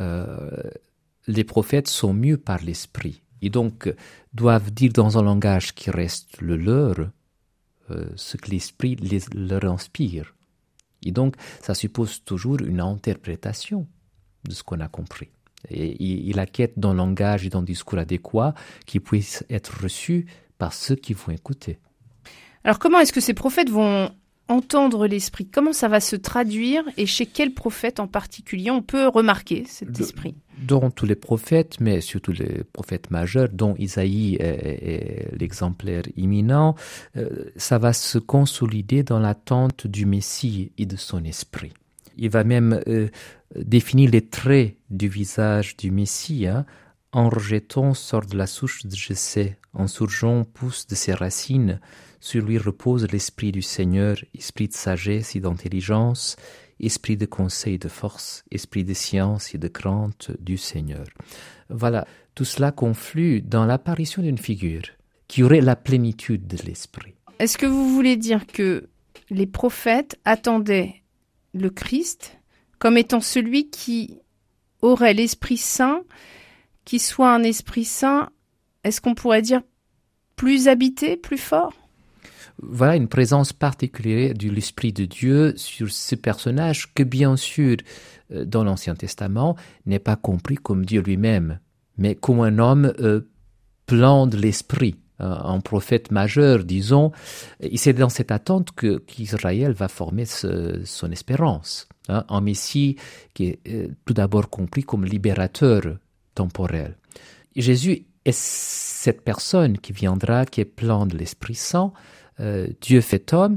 Les prophètes sont mus par l'esprit. Et donc doivent dire dans un langage qui reste le leur ce que l'esprit leur inspire. Et donc ça suppose toujours une interprétation de ce qu'on a compris. Et la quête d'un langage et d'un discours adéquat qui puisse être reçu par ceux qui vont écouter. Alors comment est-ce que ces prophètes vont entendre l'esprit? Comment ça va se traduire et chez quel prophète en particulier on peut remarquer cet esprit? Dans tous les prophètes, mais surtout les prophètes majeurs, dont Isaïe est l'exemplaire imminent, ça va se consolider dans l'attente du Messie et de son esprit. Il va même définir les traits du visage du Messie. En rejetant sort de la souche de Jessé, en surgeant pousse de ses racines. Sur lui repose l'esprit du Seigneur, esprit de sagesse et d'intelligence, esprit de conseil et de force, esprit de science et de crainte du Seigneur. Voilà, tout cela conflue dans l'apparition d'une figure qui aurait la plénitude de l'esprit. Est-ce que vous voulez dire que les prophètes attendaient le Christ comme étant celui qui aurait l'Esprit Saint, qui soit un Esprit Saint, est-ce qu'on pourrait dire plus habité, plus fort? Voilà une présence particulière de l'Esprit de Dieu sur ce personnage que, bien sûr, dans l'Ancien Testament, n'est pas compris comme Dieu lui-même, mais comme un homme plein de l'Esprit, un prophète majeur, disons. Et c'est dans cette attente qu'Israël va former son espérance. Un Messie qui est tout d'abord compris comme libérateur temporel. Jésus est cette personne qui viendra, qui est plein de l'Esprit Saint, Dieu fait homme,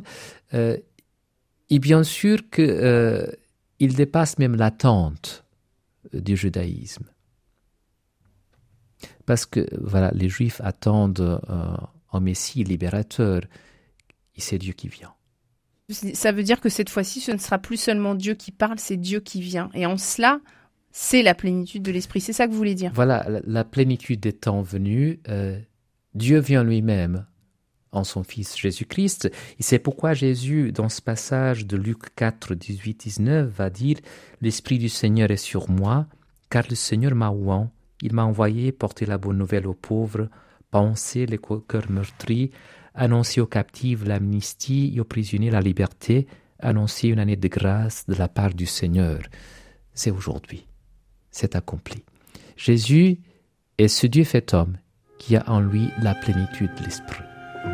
et bien sûr qu'il dépasse même l'attente du judaïsme. Parce que voilà, les Juifs attendent un Messie libérateur, et c'est Dieu qui vient. Ça veut dire que cette fois-ci, ce ne sera plus seulement Dieu qui parle, c'est Dieu qui vient. Et en cela, c'est la plénitude de l'Esprit. C'est ça que vous voulez dire? Voilà, la plénitude des temps venus, Dieu vient lui-même en son Fils Jésus-Christ. Et c'est pourquoi Jésus, dans ce passage de Luc 4, 18, 19, va dire « L'Esprit du Seigneur est sur moi, car le Seigneur m'a oint. Il m'a envoyé porter la bonne nouvelle aux pauvres, panser les cœurs meurtris, annoncer aux captifs l'amnistie et aux prisonniers la liberté, annoncer une année de grâce de la part du Seigneur. » C'est aujourd'hui. C'est accompli. Jésus est ce Dieu fait homme qui a en lui la plénitude de l'Esprit.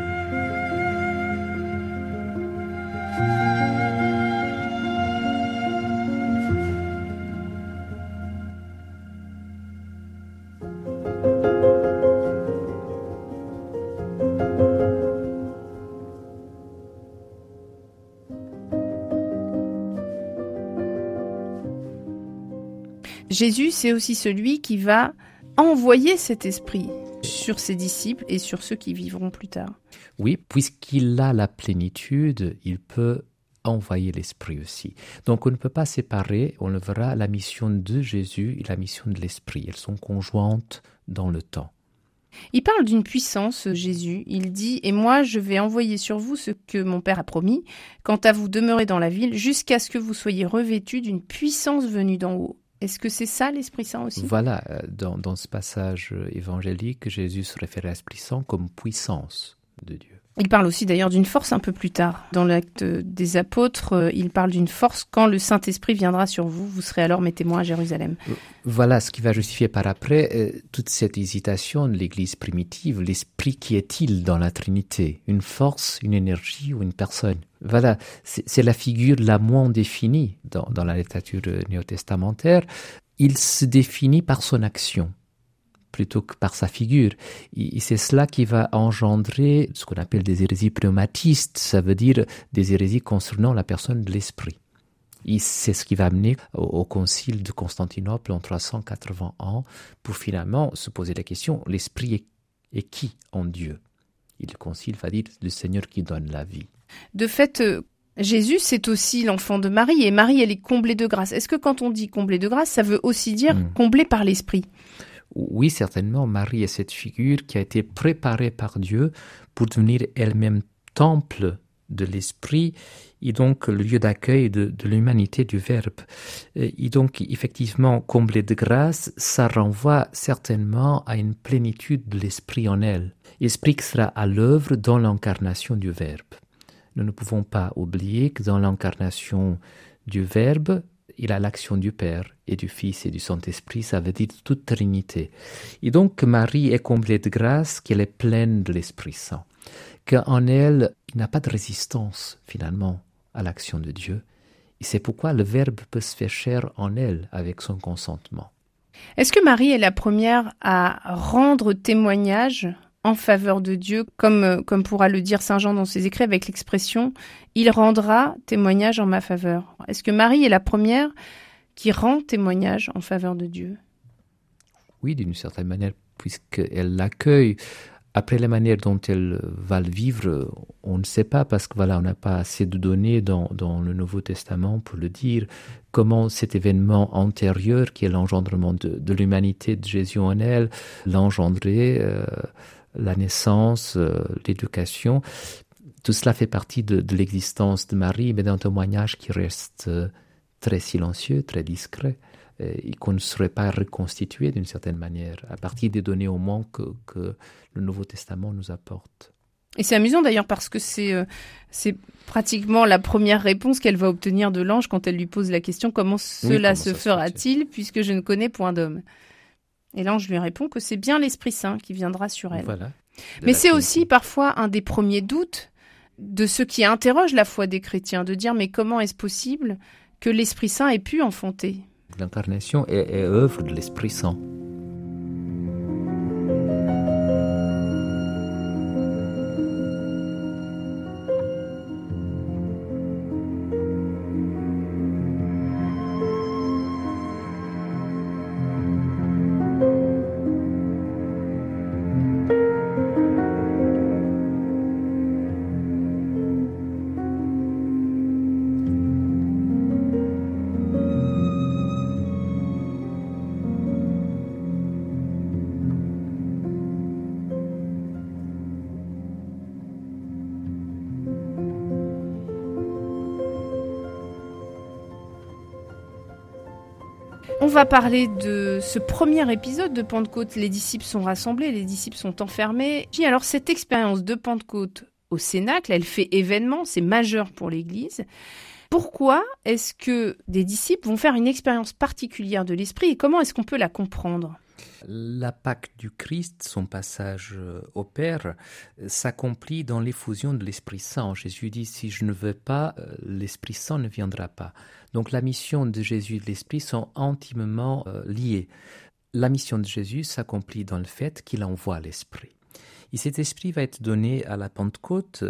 Jésus, c'est aussi celui qui va envoyer cet esprit sur ses disciples et sur ceux qui vivront plus tard. Oui, puisqu'il a la plénitude, il peut envoyer l'esprit aussi. Donc on ne peut pas séparer, on le verra, la mission de Jésus et la mission de l'esprit. Elles sont conjointes dans le temps. Il parle d'une puissance, Jésus. Il dit « Et moi, je vais envoyer sur vous ce que mon Père a promis. Quant à vous, demeurez dans la ville jusqu'à ce que vous soyez revêtus d'une puissance venue d'en haut. » Est-ce que c'est ça l'Esprit Saint aussi? Voilà, dans ce passage évangélique, Jésus se réfère à l'Esprit Saint comme puissance de Dieu. Il parle aussi d'ailleurs d'une force un peu plus tard. Dans l'acte des apôtres, il parle d'une force quand le Saint-Esprit viendra sur vous. Vous serez alors mes témoins à Jérusalem. Voilà ce qui va justifier par après toute cette hésitation de l'Église primitive. L'Esprit, qui est-il dans la Trinité? Une force, une énergie ou une personne? Voilà, c'est la figure la moins définie dans la littérature néo-testamentaire. Il se définit par son action plutôt que par sa figure. Et c'est cela qui va engendrer ce qu'on appelle des hérésies pneumatistes, ça veut dire des hérésies concernant la personne de l'esprit. Et c'est ce qui va amener au concile de Constantinople en 381 pour finalement se poser la question, l'esprit est qui en Dieu? Et le concile va dire, le Seigneur qui donne la vie. De fait, Jésus, c'est aussi l'enfant de Marie, et Marie, elle est comblée de grâce. Est-ce que quand on dit comblée de grâce, ça veut aussi dire comblée par l'esprit? Oui, certainement, Marie est cette figure qui a été préparée par Dieu pour devenir elle-même temple de l'esprit et donc le lieu d'accueil de l'humanité du Verbe. Et donc, effectivement, comblée de grâce, ça renvoie certainement à une plénitude de l'esprit en elle. Esprit qui sera à l'œuvre dans l'incarnation du Verbe. Nous ne pouvons pas oublier que dans l'incarnation du Verbe, il a l'action du Père et du Fils et du Saint-Esprit, ça veut dire toute Trinité. Et donc, Marie est comblée de grâce, qu'elle est pleine de l'Esprit Saint. Qu'en elle, il n'y a pas de résistance, finalement, à l'action de Dieu. Et c'est pourquoi le Verbe peut se faire chair en elle, avec son consentement. Est-ce que Marie est la première à rendre témoignage en faveur de Dieu, comme pourra le dire Saint Jean dans ses écrits avec l'expression « Il rendra témoignage en ma faveur ». Est-ce que Marie est la première qui rend témoignage en faveur de Dieu ? Oui, d'une certaine manière, puisqu'elle l'accueille. Après la manière dont elle va le vivre, on ne sait pas, parce que voilà, on n'a pas assez de données dans le Nouveau Testament pour le dire, comment cet événement antérieur, qui est l'engendrement de l'humanité de Jésus en elle, l'a engendré, la naissance, l'éducation. Tout cela fait partie de l'existence de Marie, mais d'un témoignage qui reste très silencieux, très discret, et qu'on ne saurait pas reconstituer d'une certaine manière, à partir des données au moins que le Nouveau Testament nous apporte. Et c'est amusant d'ailleurs parce que c'est pratiquement la première réponse qu'elle va obtenir de l'ange quand elle lui pose la question « Comment cela se fera-t-il puisque je ne connais point d'homme ?» Et l'ange lui répond que c'est bien l'Esprit Saint qui viendra sur elle. Voilà. Mais c'est aussi parfois un des premiers doutes de ceux qui interrogent la foi des chrétiens, de dire « Mais comment est-ce possible que l'Esprit Saint ait pu enfanter ?» L'incarnation est œuvre de l'Esprit Saint. On va parler de ce premier épisode de Pentecôte. Les disciples sont rassemblés, les disciples sont enfermés. Alors cette expérience de Pentecôte au Cénacle, elle fait événement, c'est majeur pour l'Église. Pourquoi est-ce que des disciples vont faire une expérience particulière de l'Esprit et comment est-ce qu'on peut la comprendre ? La Pâque du Christ, son passage au Père, s'accomplit dans l'effusion de l'Esprit Saint. Jésus dit « Si je ne veux pas, l'Esprit Saint ne viendra pas ». Donc la mission de Jésus et de l'Esprit sont intimement liées. La mission de Jésus s'accomplit dans le fait qu'il envoie l'Esprit. Et cet esprit va être donné à la Pentecôte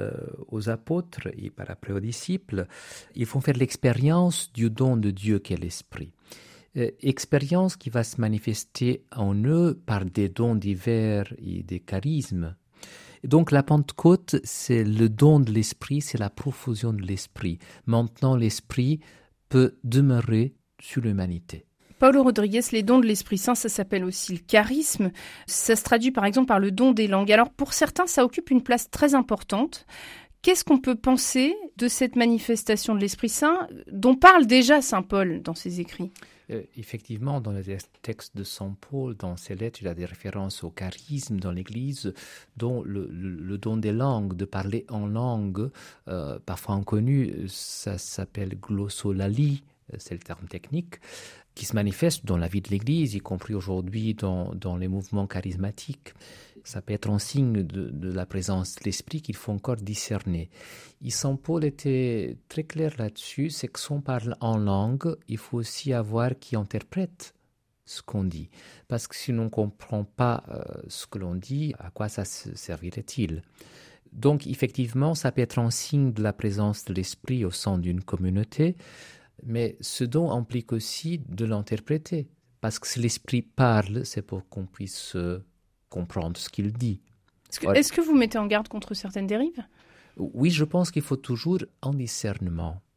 aux apôtres et par après aux disciples. Ils vont faire l'expérience du don de Dieu qu'est l'Esprit. Expérience qui va se manifester en eux par des dons divers et des charismes. Et donc la Pentecôte, c'est le don de l'Esprit, c'est la profusion de l'Esprit. Maintenant, l'Esprit peut demeurer sur l'humanité. Paulo Rodriguez, les dons de l'Esprit Saint, ça s'appelle aussi le charisme. Ça se traduit par exemple par le don des langues. Alors pour certains, ça occupe une place très importante. Qu'est-ce qu'on peut penser de cette manifestation de l'Esprit Saint dont parle déjà saint Paul dans ses écrits ? Effectivement, dans le texte de saint Paul, dans ses lettres, il y a des références au charisme dans l'Église, dont le don des langues, de parler en langue, parfois inconnue, ça s'appelle glossolalie, c'est le terme technique, qui se manifeste dans la vie de l'Église, y compris aujourd'hui dans les mouvements charismatiques. Ça peut être un signe de la présence de l'Esprit qu'il faut encore discerner. Et saint Paul était très clair là-dessus, c'est que si on parle en langue, il faut aussi avoir qui interprète ce qu'on dit. Parce que si on ne comprend pas ce que l'on dit, à quoi ça servirait-il ? Donc effectivement, ça peut être un signe de la présence de l'Esprit au sein d'une communauté, mais ce don implique aussi de l'interpréter. Parce que si l'Esprit parle, c'est pour qu'on puisse comprendre ce qu'il dit. Est-ce que vous mettez en garde contre certaines dérives ? Oui, je pense qu'il faut toujours un discernement.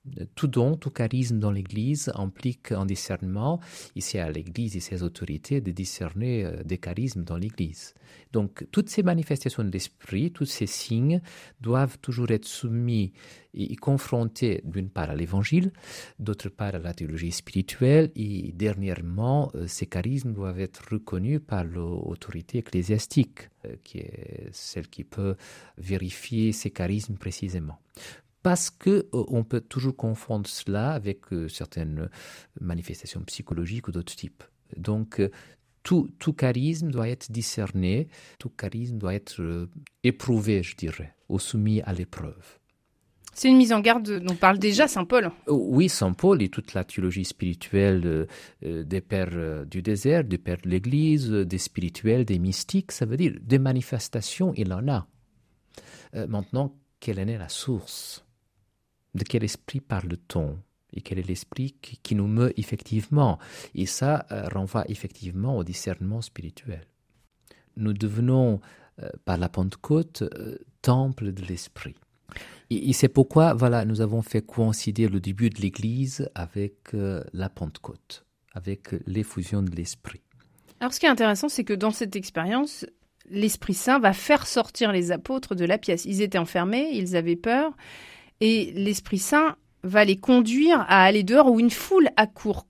Tout don, tout charisme dans l'Église implique un discernement. Ici à l'Église et ses autorités de discerner des charismes dans l'Église. Donc toutes ces manifestations de l'Esprit, tous ces signes doivent toujours être soumis et confrontés d'une part à l'Évangile, d'autre part à la théologie spirituelle et dernièrement ces charismes doivent être reconnus par l'autorité ecclésiastique qui est celle qui peut vérifier ces charismes précisément. Parce qu'on peut toujours confondre cela avec certaines manifestations psychologiques ou d'autres types. Donc, tout charisme doit être discerné, tout charisme doit être éprouvé, je dirais, ou soumis à l'épreuve. C'est une mise en garde dont parle déjà saint Paul. Oui, saint Paul et toute la théologie spirituelle des pères du désert, des pères de l'Église, des spirituels, des mystiques, ça veut dire des manifestations, il en a. Maintenant, quelle en est la source ? De quel esprit parle-t-on ? Et quel est l'esprit qui nous meut effectivement ? Et ça renvoie effectivement au discernement spirituel. Nous devenons, par la Pentecôte, temple de l'esprit. Et c'est pourquoi nous avons fait coïncider le début de l'Église avec la Pentecôte, avec l'effusion de l'esprit. Alors ce qui est intéressant, c'est que dans cette expérience, l'Esprit Saint va faire sortir les apôtres de la pièce. Ils étaient enfermés, ils avaient peur. Et l'Esprit Saint va les conduire à aller dehors où une foule accourt.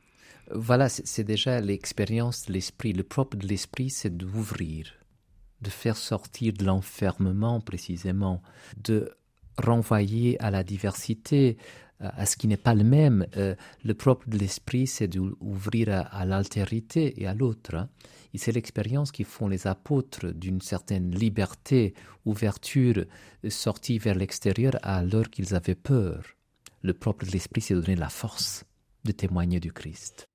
Voilà, c'est déjà l'expérience de l'Esprit. Le propre de l'Esprit, c'est d'ouvrir, de faire sortir de l'enfermement précisément, de renvoyer à la diversité, à ce qui n'est pas le même. Le propre de l'Esprit, c'est d'ouvrir à l'altérité et à l'autre. Et c'est l'expérience qu'ils font les apôtres d'une certaine liberté, ouverture, sortie vers l'extérieur alors qu'ils avaient peur. Le propre de l'Esprit, c'est de donner la force de témoigner du Christ.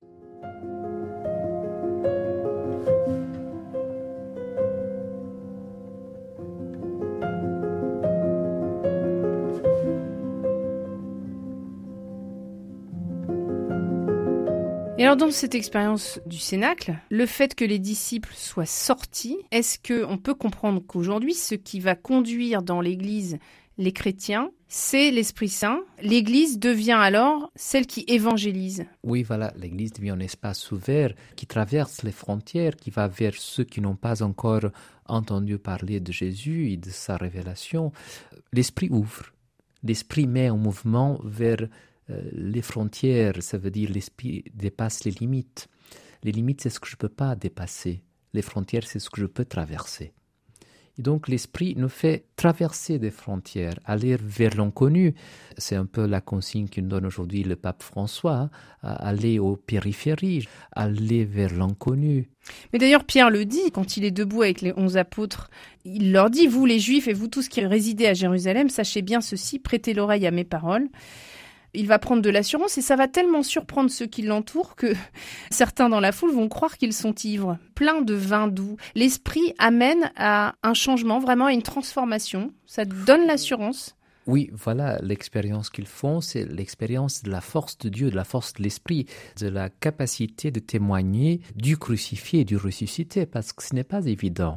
Et alors dans cette expérience du Cénacle, le fait que les disciples soient sortis, est-ce qu'on peut comprendre qu'aujourd'hui, ce qui va conduire dans l'Église les chrétiens, c'est l'Esprit Saint. L'Église devient alors celle qui évangélise. Oui, voilà, l'Église devient un espace ouvert qui traverse les frontières, qui va vers ceux qui n'ont pas encore entendu parler de Jésus et de sa révélation. L'Esprit ouvre, l'Esprit met en mouvement vers les frontières, ça veut dire l'Esprit dépasse les limites. Les limites, c'est ce que je ne peux pas dépasser. Les frontières, c'est ce que je peux traverser. Et donc l'Esprit nous fait traverser des frontières, aller vers l'inconnu. C'est un peu la consigne que nous donne aujourd'hui le pape François, aller aux périphéries, aller vers l'inconnu. Mais d'ailleurs, Pierre le dit, quand il est debout avec les 11 apôtres, il leur dit, vous les Juifs et vous tous qui résidez à Jérusalem, sachez bien ceci, prêtez l'oreille à mes paroles. Il va prendre de l'assurance et ça va tellement surprendre ceux qui l'entourent que certains dans la foule vont croire qu'ils sont ivres, pleins de vin doux. L'Esprit amène à un changement, vraiment à une transformation. Ça donne l'assurance. Oui, voilà, l'expérience qu'ils font, c'est l'expérience de la force de Dieu, de la force de l'Esprit, de la capacité de témoigner du crucifié et du ressuscité, parce que ce n'est pas évident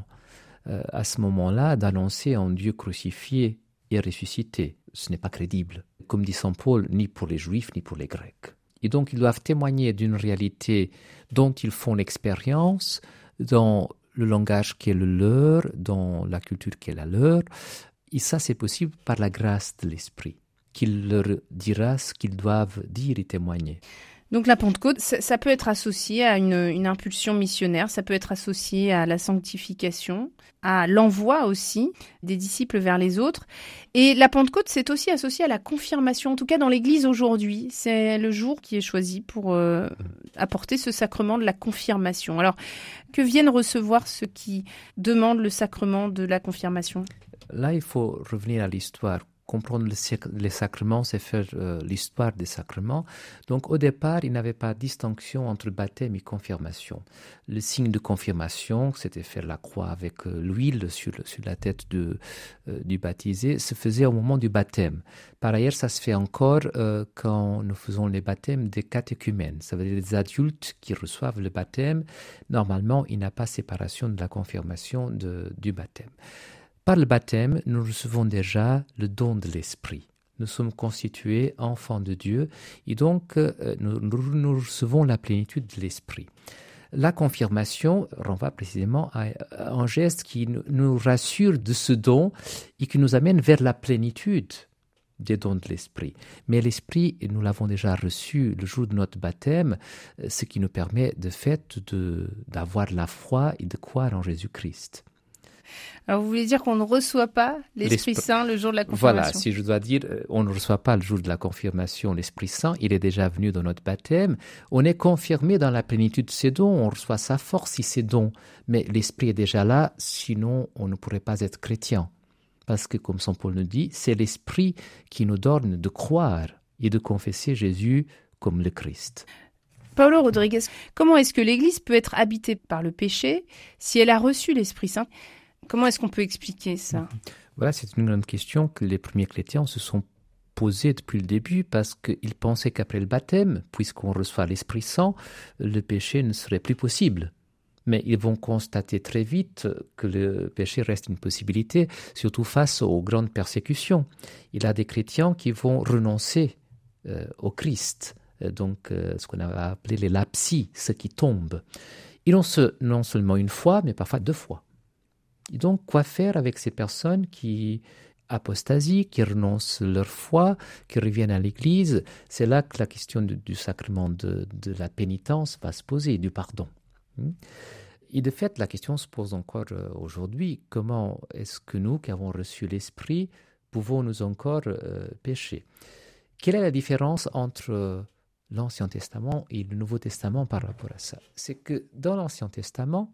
à ce moment-là d'annoncer un Dieu crucifié et ressuscité. Ce n'est pas crédible, comme dit saint Paul, ni pour les Juifs, ni pour les Grecs. Et donc, ils doivent témoigner d'une réalité dont ils font l'expérience, dans le langage qui est le leur, dans la culture qui est la leur. Et ça, c'est possible par la grâce de l'Esprit, qu'il leur dira ce qu'ils doivent dire et témoigner. Donc la Pentecôte, ça peut être associé à une impulsion missionnaire, ça peut être associé à la sanctification, à l'envoi aussi des disciples vers les autres. Et la Pentecôte, c'est aussi associé à la confirmation, en tout cas dans l'Église aujourd'hui. C'est le jour qui est choisi pour apporter ce sacrement de la confirmation. Alors, que viennent recevoir ceux qui demandent le sacrement de la confirmation ? Là, il faut revenir à l'histoire. Comprendre les sacrements, c'est faire l'histoire des sacrements. Donc, au départ, il n'y avait pas de distinction entre baptême et confirmation. Le signe de confirmation, c'était faire la croix avec l'huile sur la tête du baptisé, se faisait au moment du baptême. Par ailleurs, ça se fait encore quand nous faisons les baptêmes des catéchumènes. Ça veut dire des adultes qui reçoivent le baptême. Normalement, il n'y a pas séparation de la confirmation du baptême. Par le baptême, nous recevons déjà le don de l'Esprit. Nous sommes constitués enfants de Dieu et donc nous recevons la plénitude de l'Esprit. La confirmation renvoie précisément à un geste qui nous rassure de ce don et qui nous amène vers la plénitude des dons de l'Esprit. Mais l'Esprit, nous l'avons déjà reçu le jour de notre baptême, ce qui nous permet de fait d'avoir la foi et de croire en Jésus-Christ. Alors vous voulez dire qu'on ne reçoit pas l'Esprit Saint le jour de la confirmation? Voilà, si je dois dire, on ne reçoit pas le jour de la confirmation l'Esprit Saint, il est déjà venu dans notre baptême, on est confirmé dans la plénitude de ses dons, on reçoit sa force et ses dons, mais l'Esprit est déjà là, sinon on ne pourrait pas être chrétien. Parce que, comme Saint Paul nous dit, c'est l'Esprit qui nous donne de croire et de confesser Jésus comme le Christ. Paulo Rodriguez, comment est-ce que l'Église peut être habitée par le péché si elle a reçu l'Esprit Saint? Comment est-ce qu'on peut expliquer ça? Voilà, c'est une grande question que les premiers chrétiens se sont posée depuis le début parce qu'ils pensaient qu'après le baptême, puisqu'on reçoit l'Esprit Saint, le péché ne serait plus possible. Mais ils vont constater très vite que le péché reste une possibilité, surtout face aux grandes persécutions. Il y a des chrétiens qui vont renoncer au Christ, donc ce qu'on a appelé les lapsis, ceux qui tombent. Ils l'ont non seulement une fois, mais parfois 2 fois. Et donc, quoi faire avec ces personnes qui apostasient, qui renoncent leur foi, qui reviennent à l'Église? C'est là que la question du sacrement de la pénitence va se poser, du pardon. Et de fait, la question se pose encore aujourd'hui. Comment est-ce que nous, qui avons reçu l'Esprit, pouvons-nous encore pécher? Quelle est la différence entre l'Ancien Testament et le Nouveau Testament par rapport à ça? C'est que dans l'Ancien Testament,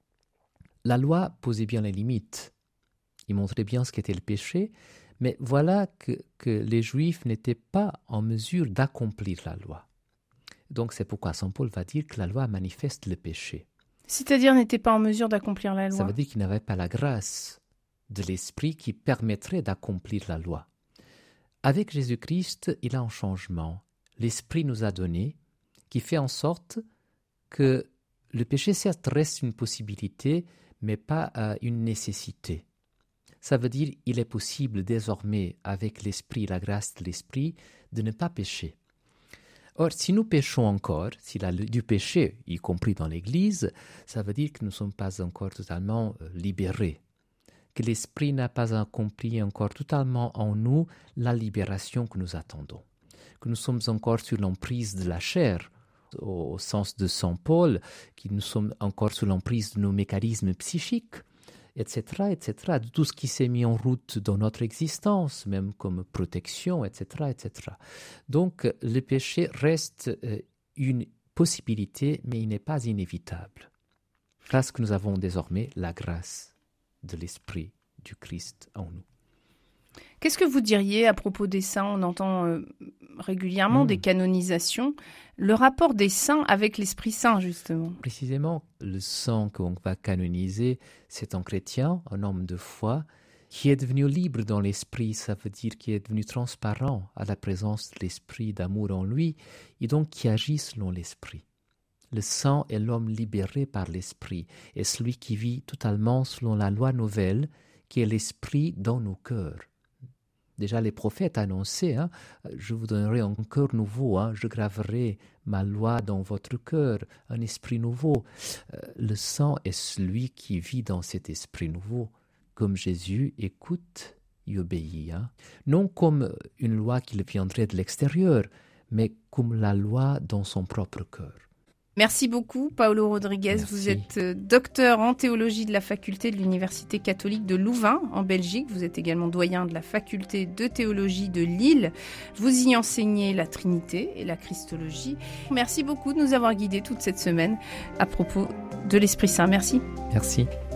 la loi posait bien les limites. Il montrait bien ce qu'était le péché, mais voilà que les Juifs n'étaient pas en mesure d'accomplir la loi. Donc c'est pourquoi Saint Paul va dire que la loi manifeste le péché. C'est-à-dire n'était pas en mesure d'accomplir la loi? Ça veut dire qu'il n'avait pas la grâce de l'Esprit qui permettrait d'accomplir la loi. Avec Jésus-Christ, il y a un changement. L'Esprit nous a donné, qui fait en sorte que le péché, certes, reste une possibilité, mais pas une nécessité. Ça veut dire qu'il est possible désormais, avec l'Esprit, la grâce de l'Esprit, de ne pas pécher. Or, si nous péchons encore, s'il y a du péché, y compris dans l'Église, ça veut dire que nous ne sommes pas encore totalement libérés, que l'Esprit n'a pas accompli encore totalement en nous la libération que nous attendons, que nous sommes encore sur l'emprise de la chair, au sens de Saint Paul, que nous sommes encore sous l'emprise de nos mécanismes psychiques, etc., de tout ce qui s'est mis en route dans notre existence, même comme protection, etc., etc. Donc, le péché reste une possibilité, mais il n'est pas inévitable, parce que nous avons désormais la grâce de l'Esprit du Christ en nous. Qu'est-ce que vous diriez à propos des saints? On entend régulièrement des canonisations. Le rapport des saints avec l'Esprit Saint, justement. Précisément, le saint qu'on va canoniser, c'est un chrétien, un homme de foi, qui est devenu libre dans l'Esprit. Ça veut dire qu'il est devenu transparent à la présence de l'Esprit d'amour en lui, et donc qui agit selon l'Esprit. Le saint est l'homme libéré par l'Esprit, et celui qui vit totalement selon la loi nouvelle, qui est l'Esprit dans nos cœurs. Déjà, les prophètes annonçaient, je vous donnerai un cœur nouveau, je graverai ma loi dans votre cœur, un esprit nouveau. Le saint est celui qui vit dans cet esprit nouveau, comme Jésus écoute et obéit. Non comme une loi qui viendrait de l'extérieur, mais comme la loi dans son propre cœur. Merci beaucoup, Paulo Rodriguez. Merci. Vous êtes docteur en théologie de la faculté de l'Université catholique de Louvain, en Belgique. Vous êtes également doyen de la faculté de théologie de Lille. Vous y enseignez la Trinité et la Christologie. Merci beaucoup de nous avoir guidés toute cette semaine à propos de l'Esprit Saint. Merci. Merci.